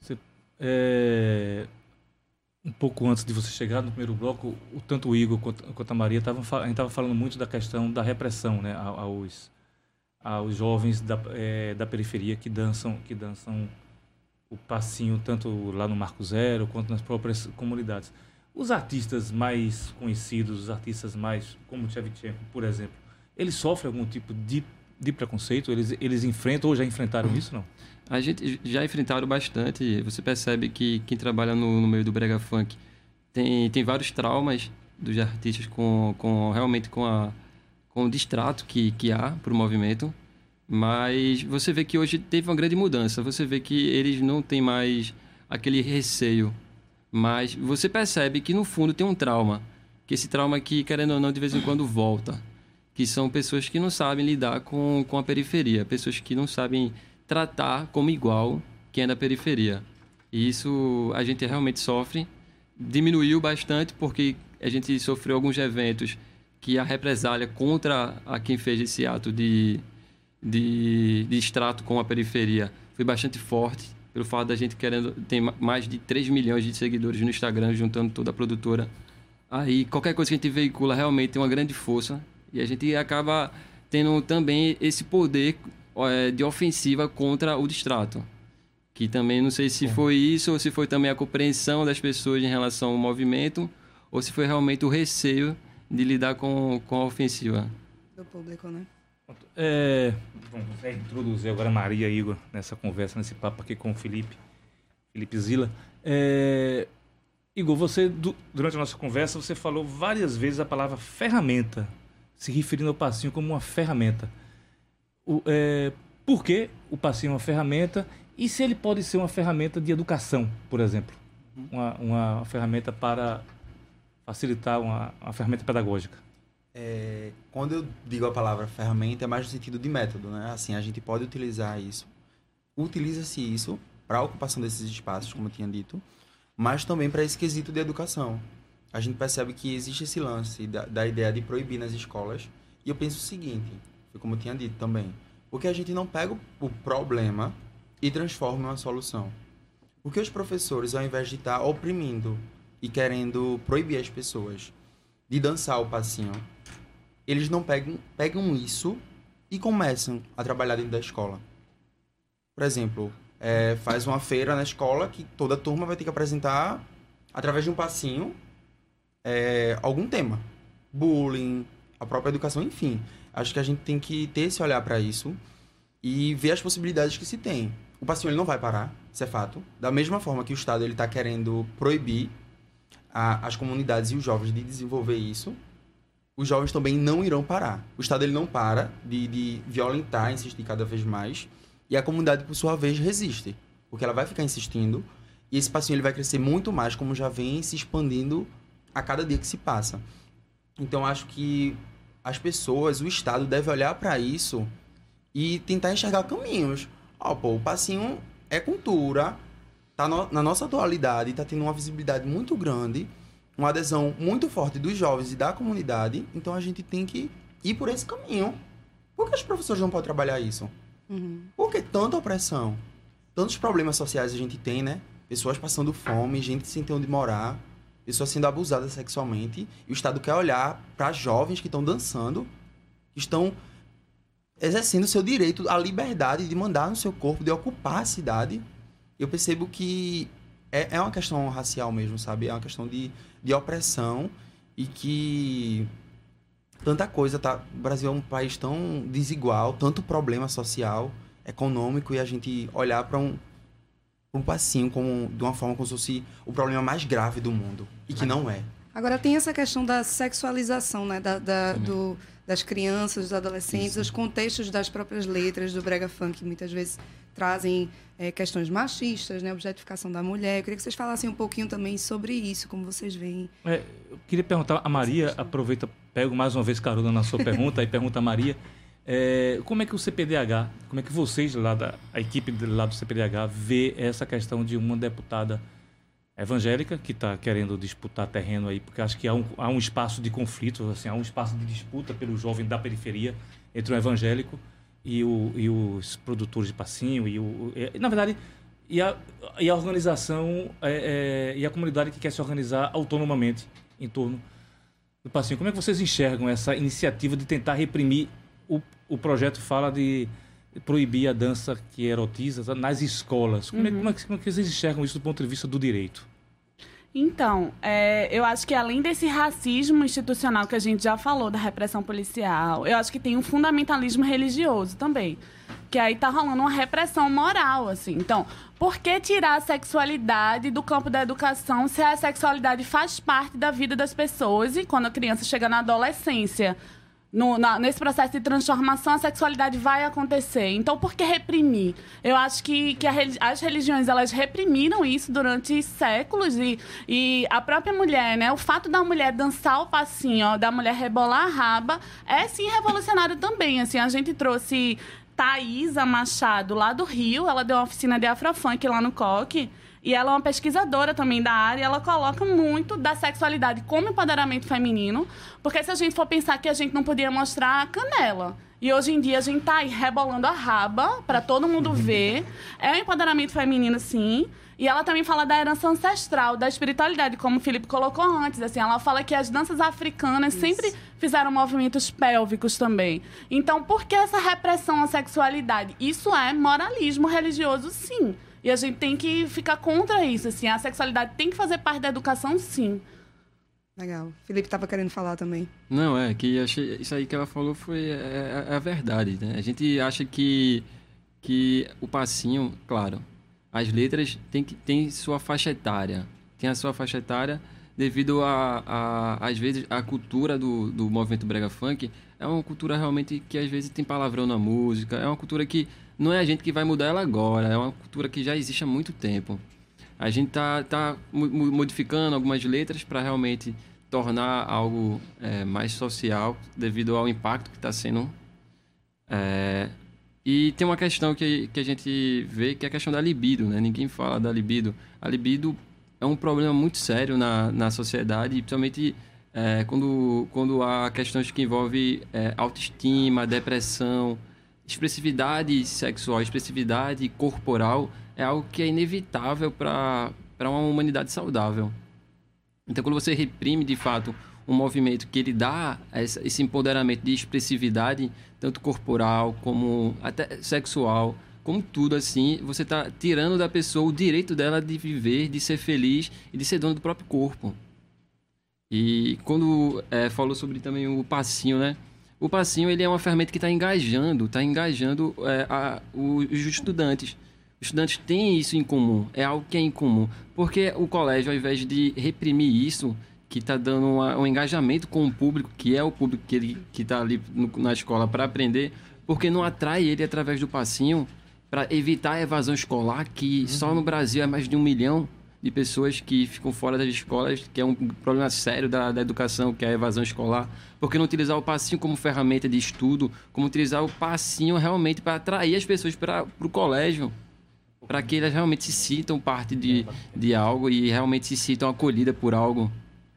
Um pouco antes de você chegar no primeiro bloco, tanto o Igor quanto a Maria, a gente estava falando muito da questão da repressão, né, aos jovens da periferia que dançam o passinho tanto lá no Marco Zero quanto nas próprias comunidades. Os artistas mais conhecidos, os artistas mais como Shevchenko, por exemplo, eles sofrem algum tipo de preconceito? Eles enfrentam ou já enfrentaram isso, não? A gente já enfrentaram bastante. Você percebe que quem trabalha no meio do brega funk tem vários traumas dos artistas realmente com o distrato que há para o movimento. Mas você vê que hoje teve uma grande mudança. Você vê que eles não têm mais aquele receio. Mas você percebe que no fundo tem um trauma. Que esse trauma que, querendo ou não, de vez em quando volta. Que são pessoas que não sabem lidar com a periferia. Pessoas que não sabem tratar como igual quem é da periferia. E isso a gente realmente sofre. Diminuiu bastante porque a gente sofreu alguns eventos que a represália contra quem fez esse ato de extrato com a periferia foi bastante forte, pelo fato da gente ter mais de 3 milhões de seguidores no Instagram, juntando toda a produtora. Aí qualquer coisa que a gente veicula realmente tem uma grande força e a gente acaba tendo também esse poder de ofensiva contra o distrato. Que também não sei se foi isso ou se foi também a compreensão das pessoas em relação ao movimento ou se foi realmente o receio de lidar com a ofensiva. Do público, né? Vamos introduzir agora a Maria e Igor nessa conversa, nesse papo aqui com o Felipe Zila. Igor, você, durante a nossa conversa, você falou várias vezes a palavra ferramenta, se referindo ao passinho como uma ferramenta. Por que o passinho é uma ferramenta e se ele pode ser uma ferramenta de educação, por exemplo? Uma ferramenta para facilitar, uma ferramenta pedagógica. Quando eu digo a palavra ferramenta, é mais no sentido de método, né? Assim, a gente pode utilizar isso. Utiliza-se isso para a ocupação desses espaços, como eu tinha dito, mas também para esse quesito de educação. A gente percebe que existe esse lance da ideia de proibir nas escolas. E eu penso o seguinte, foi como eu tinha dito também, porque a gente não pega o problema e transforma em uma solução. Porque os professores, ao invés de estar oprimindo e querendo proibir as pessoas de dançar o passinho, eles não pegam isso e começam a trabalhar dentro da escola. Por exemplo, faz uma feira na escola que toda turma vai ter que apresentar, através de um passinho, algum tema. Bullying, a própria educação, enfim. Acho que a gente tem que ter esse olhar para isso e ver as possibilidades que se tem. O passinho ele não vai parar, isso é fato. Da mesma forma que o Estado está querendo proibir as comunidades e os jovens de desenvolver isso, os jovens também não irão parar. O Estado ele não para de violentar, insistir cada vez mais, e a comunidade, por sua vez, resiste, porque ela vai ficar insistindo, e esse passinho ele vai crescer muito mais, como já vem se expandindo a cada dia que se passa. Então, acho que as pessoas, o Estado, deve olhar para isso e tentar enxergar caminhos. O passinho é cultura, tá na nossa atualidade, está tendo uma visibilidade muito grande, uma adesão muito forte dos jovens e da comunidade, então a gente tem que ir por esse caminho. Por que os professores não podem trabalhar isso? Por que tanta opressão? Tantos problemas sociais a gente tem, né? Pessoas passando fome, gente sem ter onde morar, pessoas sendo abusadas sexualmente, e o Estado quer olhar para jovens que estão dançando, que estão exercendo o seu direito à liberdade de mandar no seu corpo, de ocupar a cidade. Eu percebo que é uma questão racial mesmo, sabe? É uma questão de opressão e que tanta coisa tá... O Brasil é um país tão desigual, tanto problema social, econômico, e a gente olhar para um passinho de uma forma como se fosse o problema mais grave do mundo, e que não é. Agora, tem essa questão da sexualização, né? Das crianças, dos adolescentes, Isso. os contextos das próprias letras do brega funk, que muitas vezes trazem questões machistas, né? Objetificação da mulher. Eu queria que vocês falassem um pouquinho também sobre isso, como vocês veem. Eu queria perguntar, a Maria, aproveita, pego mais uma vez carona na sua pergunta, e pergunta a Maria, como é que o CPDH, como é que vocês, a equipe lá do CPDH, vê essa questão de uma deputada evangélica que está querendo disputar terreno aí, porque acho que há um espaço de conflito, assim, há um espaço de disputa pelo jovem da periferia entre o evangélico e os produtores de passinho, na verdade, e a organização e a comunidade que quer se organizar autonomamente em torno do passinho. Como é que vocês enxergam essa iniciativa de tentar reprimir? O projeto fala de proibir a dança que erotiza nas escolas. Como é que vocês enxergam isso do ponto de vista do direito? Então, eu acho que além desse racismo institucional que a gente já falou, da repressão policial, eu acho que tem um fundamentalismo religioso também. Que aí tá rolando uma repressão moral, assim. Então, por que tirar a sexualidade do campo da educação se a sexualidade faz parte da vida das pessoas e quando a criança chega na adolescência, nesse processo de transformação, a sexualidade vai acontecer. Então, por que reprimir? Eu acho que as religiões, elas reprimiram isso durante séculos e a própria mulher, né? O fato da mulher dançar o passinho, da mulher rebolar a raba, é, sim, revolucionário também. Assim, a gente trouxe Thaisa Machado, lá do Rio. Ela deu uma oficina de afrofunk lá no Coque. E ela é uma pesquisadora também da área, e ela coloca muito da sexualidade como empoderamento feminino, porque se a gente for pensar que a gente não podia mostrar a canela, e hoje em dia a gente tá aí rebolando a raba para todo mundo ver, é um empoderamento feminino, sim. E ela também fala da herança ancestral, da espiritualidade, como o Felipe colocou antes. Assim, ela fala que as danças africanas sempre fizeram movimentos pélvicos também. Então, por que essa repressão à sexualidade? Isso é moralismo religioso, sim. E a gente tem que ficar contra isso, assim. A sexualidade tem que fazer parte da educação, sim. Legal. Felipe estava querendo falar também. Não, que achei, isso aí que ela falou foi a verdade, né? A gente acha que o passinho, claro, as letras tem sua faixa etária. Tem a sua faixa etária devido às vezes, a cultura do movimento brega funk é uma cultura realmente que às vezes tem palavrão na música, é uma cultura que não é a gente que vai mudar ela agora, é uma cultura que já existe há muito tempo. A gente tá modificando algumas letras para realmente tornar algo mais social devido ao impacto que está sendo. E tem uma questão que a gente vê, que é a questão da libido, né? Ninguém fala da libido. A libido é um problema muito sério na sociedade, principalmente quando há questões que envolvem autoestima, depressão, expressividade sexual, expressividade corporal, é algo que é inevitável para uma humanidade saudável. Então, quando você reprime, de fato, um movimento que ele dá esse empoderamento de expressividade, tanto corporal como até sexual, como tudo assim, você está tirando da pessoa o direito dela de viver, de ser feliz e de ser dona do próprio corpo. E quando falou sobre também o passinho, né? O passinho, ele é uma ferramenta que está engajando os estudantes. Os estudantes têm isso em comum, é algo que é em comum. Porque o colégio, ao invés de reprimir isso, que está dando um engajamento com o público, que é o público que está ali na escola para aprender, porque não atrai ele através do passinho para evitar a evasão escolar, que só no Brasil é mais de 1 milhão de pessoas que ficam fora das escolas, que é um problema sério da educação, que é a evasão escolar. Porque não utilizar o passinho como ferramenta de estudo, como utilizar o passinho realmente para atrair as pessoas para o colégio, para que elas realmente se sintam parte de algo e realmente se sintam acolhidas por algo.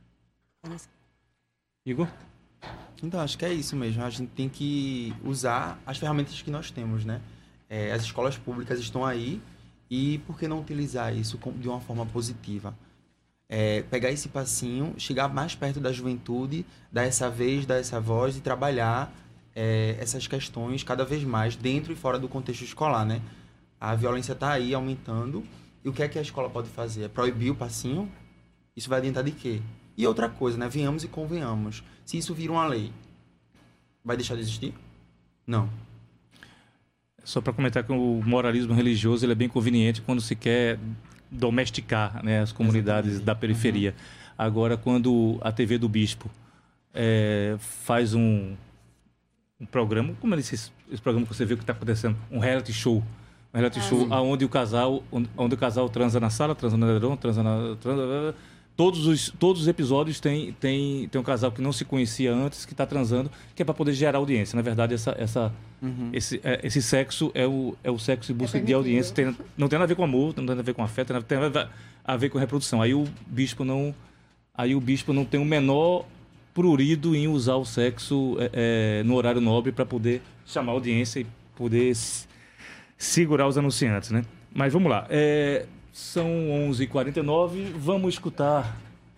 Igor? Então, acho que é isso mesmo. A gente tem que usar as ferramentas que nós temos, né? As escolas públicas estão aí e por que não utilizar isso de uma forma positiva? Pegar esse passinho, chegar mais perto da juventude, dar essa vez, dar essa voz e trabalhar essas questões cada vez mais dentro e fora do contexto escolar, né? A violência está aí aumentando e o que é que a escola pode fazer? É proibir o passinho? Isso vai adiantar de quê? E outra coisa, né? Venhamos e convenhamos. Se isso vira uma lei, vai deixar de existir? Não. Só para comentar que o moralismo religioso ele é bem conveniente quando se quer domesticar, né, as comunidades da periferia. Agora, quando a TV do Bispo faz um programa, como esse programa que você viu que está acontecendo, um reality show. Um reality show onde o casal transa na sala, transa no edredom, todos os episódios tem um casal que não se conhecia antes, que está transando, que é para poder gerar audiência. Na verdade, esse sexo é o sexo em busca de audiência. Não tem nada a ver com amor, não tem nada a ver com afeto, tem nada a ver com reprodução. Aí o bispo não tem o menor prurido em usar o sexo no horário nobre para poder chamar audiência poder segurar os anunciantes, né? Mas vamos lá. São 11h49, vamos escutar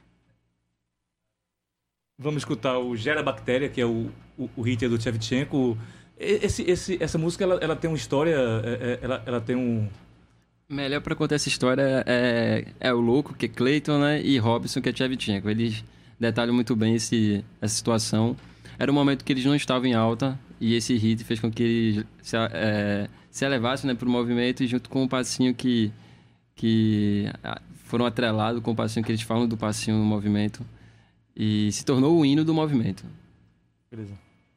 o Gera Bactéria, que é o hit do Shevchenko. Essa música, ela tem uma história, ela tem um... Melhor para contar essa história é o Louco, que é Clayton, né? E Robson, que é Shevchenko. Eles detalham muito bem essa situação. Era um momento que eles não estavam em alta e esse hit fez com que eles se elevassem, né, para o movimento, e junto com o passinho que foram atrelados com o passinho que eles falam do passinho no movimento, e se tornou o hino do movimento. Beleza.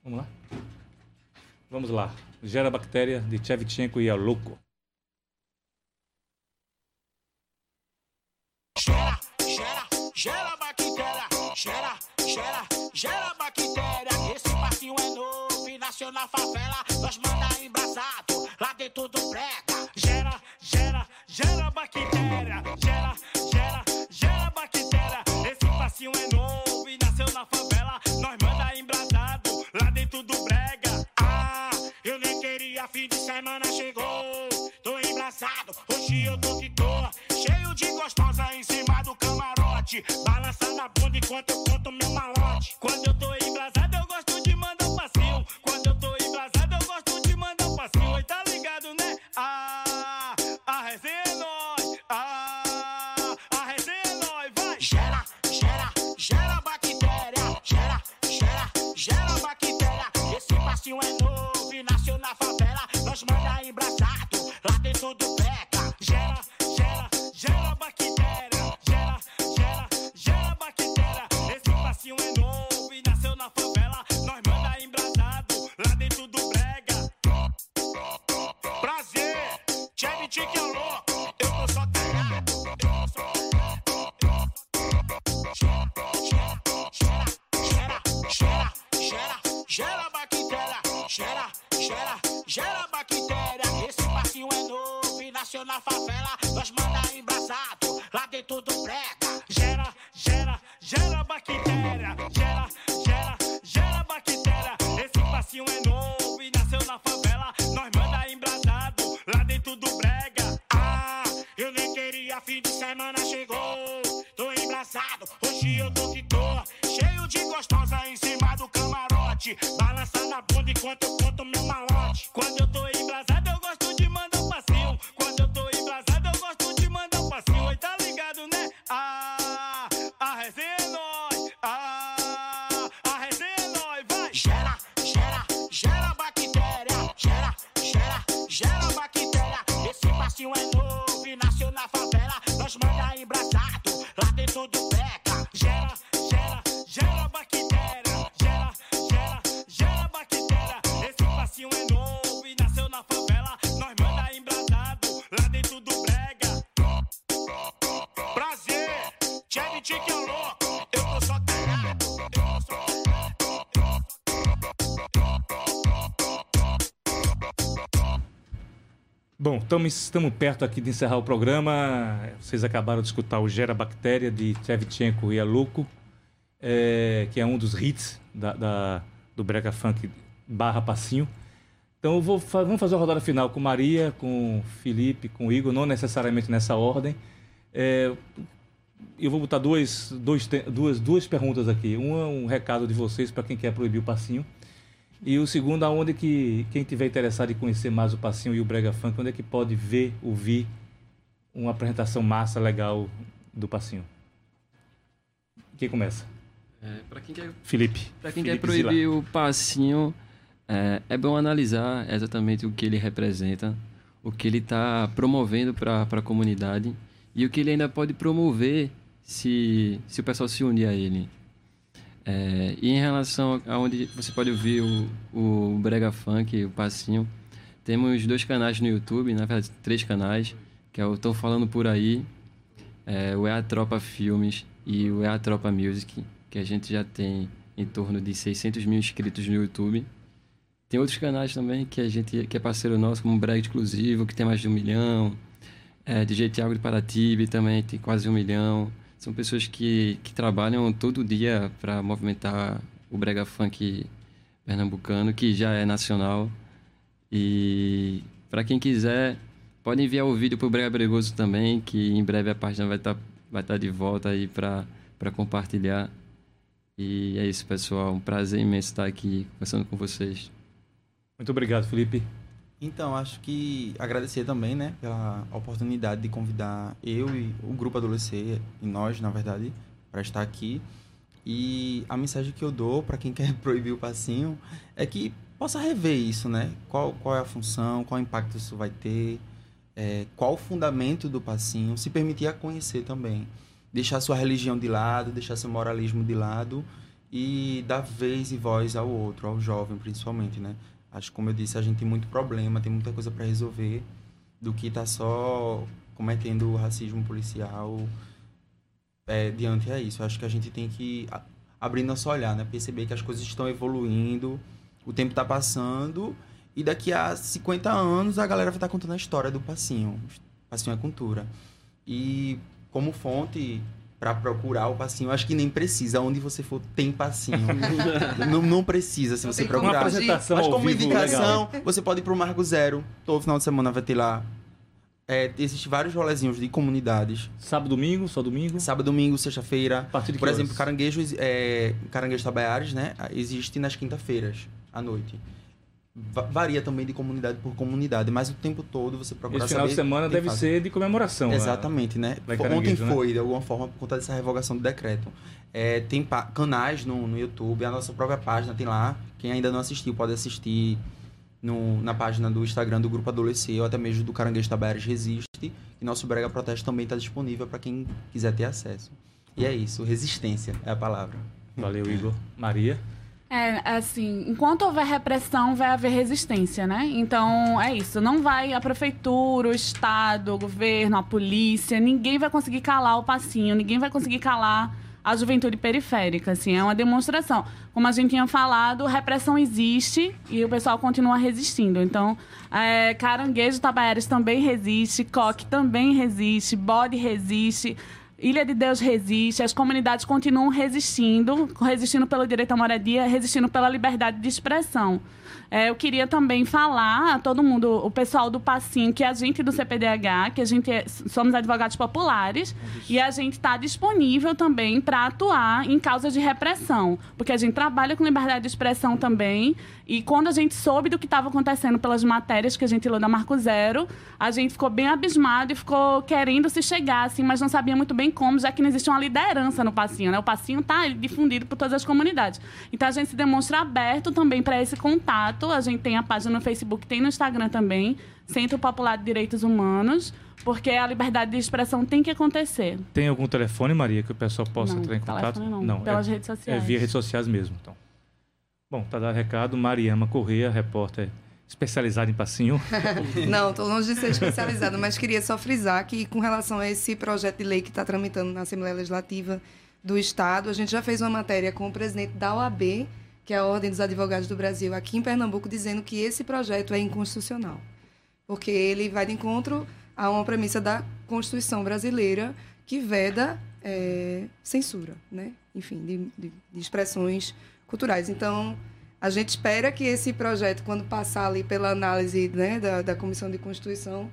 Vamos lá. Gera Bactéria, de Shevchenko e a Louco. Gera bactéria, gera bactéria. Esse passinho é novo e nasceu na favela. Nós manda embrasado, lá dentro do brega. Gera bactéria, gera bactéria. Esse passinho é novo e nasceu na favela. Nós manda embrasado, lá dentro do brega. Eu nem queria, fim de semana chegou. Tô embrasado, hoje eu tô que tô. Cheio de gostosa em cima do camarote. Balançando a bunda enquanto eu conto meu malote. Quando eu tô embrasado eu gosto de mandar um passinho. Quando eu tô embrasado eu gosto de mandar um passinho. Oi, tá ligado, né? A resenha é nóis. A resenha é nóis, vai. Gera bactéria. Gera bactéria. Esse passinho é novo e nasceu na favela. Nós manda embrasado, lá dentro do beca. Gera bactéria. Gera bactéria. Esse passinho é novo e nasceu na favela. Nós manda embrasado, lá dentro do brega. Prazer, Shevchenko é o louco. Eu tô só cagado. Gera bactéria. Gera bactéria. Esse passinho é novo e nasceu na favela. Nós manda embrasado, lá dentro do brega. Gera bactéria. Gera bactéria. Esse passinho é novo e nasceu na favela. Nós manda embrasado, lá dentro do brega. Eu nem queria, fim de semana chegou. Tô embrasado, hoje eu tô que tô. Cheio de gostosa em cima do camarote. Balançando a bunda enquanto eu conto meu malote. Quando eu tô embrasado eu gosto de mandar um passinho. Quando eu tô embrasado eu gosto de mandar um passinho. Oi, tá ligado, né? A resenha é nóis. A resenha é nóis, vai. Gera bactéria. Gera bactéria. Esse passinho é novo e nasceu na favela. Nós manda embrasado, lá dentro do beca. Gera bactéria. Gera bactéria. Esse passinho é novo e nasceu na favela. Nós manda embrasado, lá dentro do brega. Prazer, Shevchenko é o louco. Eu tô só cagado. Bom, estamos perto aqui de encerrar o programa. Vocês acabaram de escutar o Gera Bactéria, de Shevchenko e a Louco, que é um dos hits do brega funk / passinho. Então vamos fazer uma rodada final com Maria, com Felipe, com Igor, não necessariamente nessa ordem. Eu vou botar duas perguntas aqui. Uma, um recado de vocês para quem quer proibir o passinho. E o segundo, aonde que quem tiver interessado em conhecer mais o passinho e o brega funk, onde é que pode ver, ouvir uma apresentação massa, legal do passinho? Quem começa? Para quem quer, Felipe. Para quem quer proibir o passinho, é bom analisar exatamente o que ele representa, o que ele está promovendo para a comunidade e o que ele ainda pode promover se o pessoal se unir a ele. E em relação a onde você pode ouvir o brega funk, o passinho, temos 2 canais no YouTube, na verdade 3 canais, que é o Tão Falando Por Aí, o É a Tropa Filmes e o É a Tropa Music, que a gente já tem em torno de 600 mil inscritos no YouTube. Tem outros canais também que é parceiro nosso, como o Brega Exclusivo, que tem mais de 1 milhão, DJ Thiago de Paratibe também tem quase 1 milhão. São pessoas que trabalham todo dia para movimentar o brega funk pernambucano, que já é nacional. E para quem quiser, pode enviar o vídeo pro Brega Bregoso também, que em breve a página vai estar de volta aí para compartilhar. E é isso, pessoal. Um prazer imenso estar aqui conversando com vocês. Muito obrigado, Felipe. Então, acho que agradecer também, né, pela oportunidade de convidar eu e o Grupo Adolescer, e nós, na verdade, para estar aqui. E a mensagem que eu dou para quem quer proibir o passinho é que possa rever isso, né? Qual é a função, qual impacto isso vai ter, qual o fundamento do passinho, se permitir a conhecer também. Deixar sua religião de lado, deixar seu moralismo de lado e dar vez e voz ao outro, ao jovem principalmente, né? Acho que, como eu disse, a gente tem muito problema, tem muita coisa para resolver do que tá só cometendo o racismo policial diante a isso. Acho que a gente tem que abrir nosso olhar, né? Perceber que as coisas estão evoluindo, o tempo está passando e daqui a 50 anos a galera vai estar contando a história do passinho. O passinho é cultura. E como fonte para procurar o passinho, acho que nem precisa. Onde você for, tem passinho. não precisa, se você procurar. Uma apresentação mas ao como vivo, indicação, legal. você pode ir pro Marco Zero. Todo final de semana vai ter lá. Existem vários rolezinhos de comunidades. Sábado, domingo, só domingo? Sábado, domingo, sexta-feira. A partir de Por que exemplo, horas? Caranguejo Tabaiares, né? Existe nas quinta-feiras, à noite. Varia também de comunidade por comunidade, mas o tempo todo você procura Esse saber... final de semana deve ser de comemoração. Exatamente, né? Ontem né? foi, de alguma forma, por conta dessa revogação do decreto. Tem canais no YouTube, a nossa própria página tem lá. Quem ainda não assistiu pode assistir na página do Instagram do Grupo Adolescer ou até mesmo do Caranguejo Tabaiares Resiste. E nosso Brega Protesto também está disponível para quem quiser ter acesso. E é isso, resistência é a palavra. Valeu, Igor. Maria? Assim, enquanto houver repressão, vai haver resistência, né? Então, é isso. Não vai a prefeitura, o Estado, o governo, a polícia, ninguém vai conseguir calar o passinho, ninguém vai conseguir calar a juventude periférica, assim, é uma demonstração. Como a gente tinha falado, repressão existe e o pessoal continua resistindo. Então, Caranguejo Tabaiares também resiste, Coque também resiste, Bode resiste, Ilha de Deus resiste, as comunidades continuam resistindo pelo direito à moradia, resistindo pela liberdade de expressão. Eu queria também falar a todo mundo, o pessoal do passinho, que a gente do CPDH, que a gente somos advogados populares, e a gente está disponível também para atuar em causas de repressão, porque a gente trabalha com liberdade de expressão também, e quando a gente soube do que estava acontecendo pelas matérias que a gente leu da Marco Zero, a gente ficou bem abismado e ficou querendo se chegar, assim, mas não sabia muito bem como, já que não existe uma liderança no passinho, né? O passinho está difundido por todas as comunidades. Então, a gente se demonstra aberto também para esse contato. A gente tem a página no Facebook, tem no Instagram também, Centro Popular de Direitos Humanos, porque a liberdade de expressão tem que acontecer. Tem algum telefone, Maria, que o pessoal possa entrar em contato? Não, pelas redes sociais. Via redes sociais mesmo, então. Bom, tá dado recado. Mariama Corrêa, repórter especializada em passinho. Não, estou longe de ser especializada, mas queria só frisar que, com relação a esse projeto de lei que está tramitando na Assembleia Legislativa do Estado, a gente já fez uma matéria com o presidente da OAB, que é a Ordem dos Advogados do Brasil, aqui em Pernambuco, dizendo que esse projeto é inconstitucional, porque ele vai de encontro a uma premissa da Constituição brasileira que veda censura, né? Enfim, de expressões culturais. Então, a gente espera que esse projeto, quando passar ali pela análise, né, da Comissão de Constituição,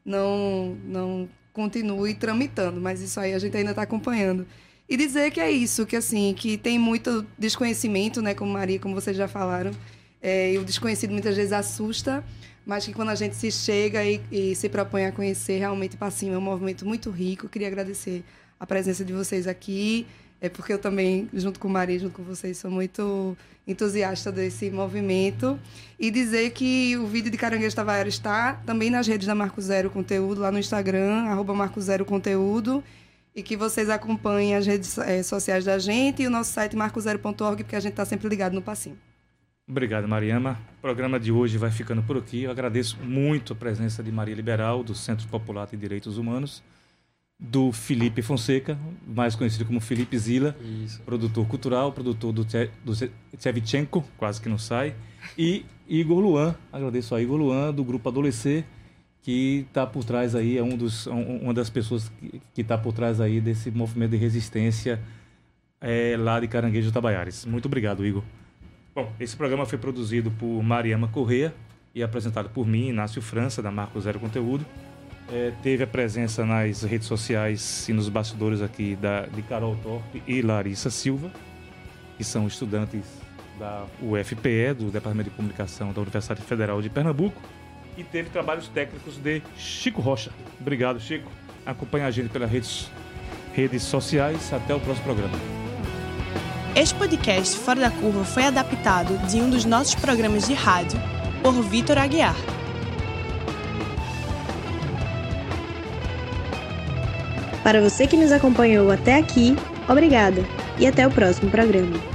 não continue tramitando, mas isso aí a gente ainda está acompanhando. E dizer que é isso, que assim, que tem muito desconhecimento, né, como Maria, como vocês já falaram, e o desconhecido muitas vezes assusta, mas que quando a gente se chega e se propõe a conhecer, realmente Passinho é um movimento muito rico. Eu queria agradecer a presença de vocês aqui, porque eu também, junto com Maria, junto com vocês, sou muito entusiasta desse movimento. E dizer que o vídeo de Caranguejo Tabaiares está também nas redes da Marco Zero Conteúdo, lá no Instagram, @Marco0Conteúdo, e que vocês acompanhem as redes sociais da gente e o nosso site marcozero.org, porque a gente está sempre ligado no Passinho. Obrigado, Mariama. O programa de hoje vai ficando por aqui. Eu agradeço muito a presença de Maria Liberal, do Centro Popular de Direitos Humanos, do Felipe Fonseca, mais conhecido como Felipe Zila, produtor cultural, produtor do Tchevchenko, quase que não sai, e Igor Luan, agradeço a Igor Luan, do Grupo Adolescer, que está por trás aí, uma das pessoas que está por trás aí desse movimento de resistência lá de Caranguejo Tabaiares. Muito obrigado, Igor. Bom, esse programa foi produzido por Mariama Corrêa, e apresentado por mim, Inácio França, da Marco Zero Conteúdo. Teve a presença nas redes sociais e nos bastidores aqui de Carol Torpe e Larissa Silva, que são estudantes da UFPE, do Departamento de Comunicação da Universidade Federal de Pernambuco. E teve trabalhos técnicos de Chico Rocha. Obrigado, Chico. Acompanhe a gente pelas redes sociais. Até o próximo programa. Este podcast Fora da Curva foi adaptado de um dos nossos programas de rádio por Vitor Aguiar. Para você que nos acompanhou até aqui, obrigada e até o próximo programa.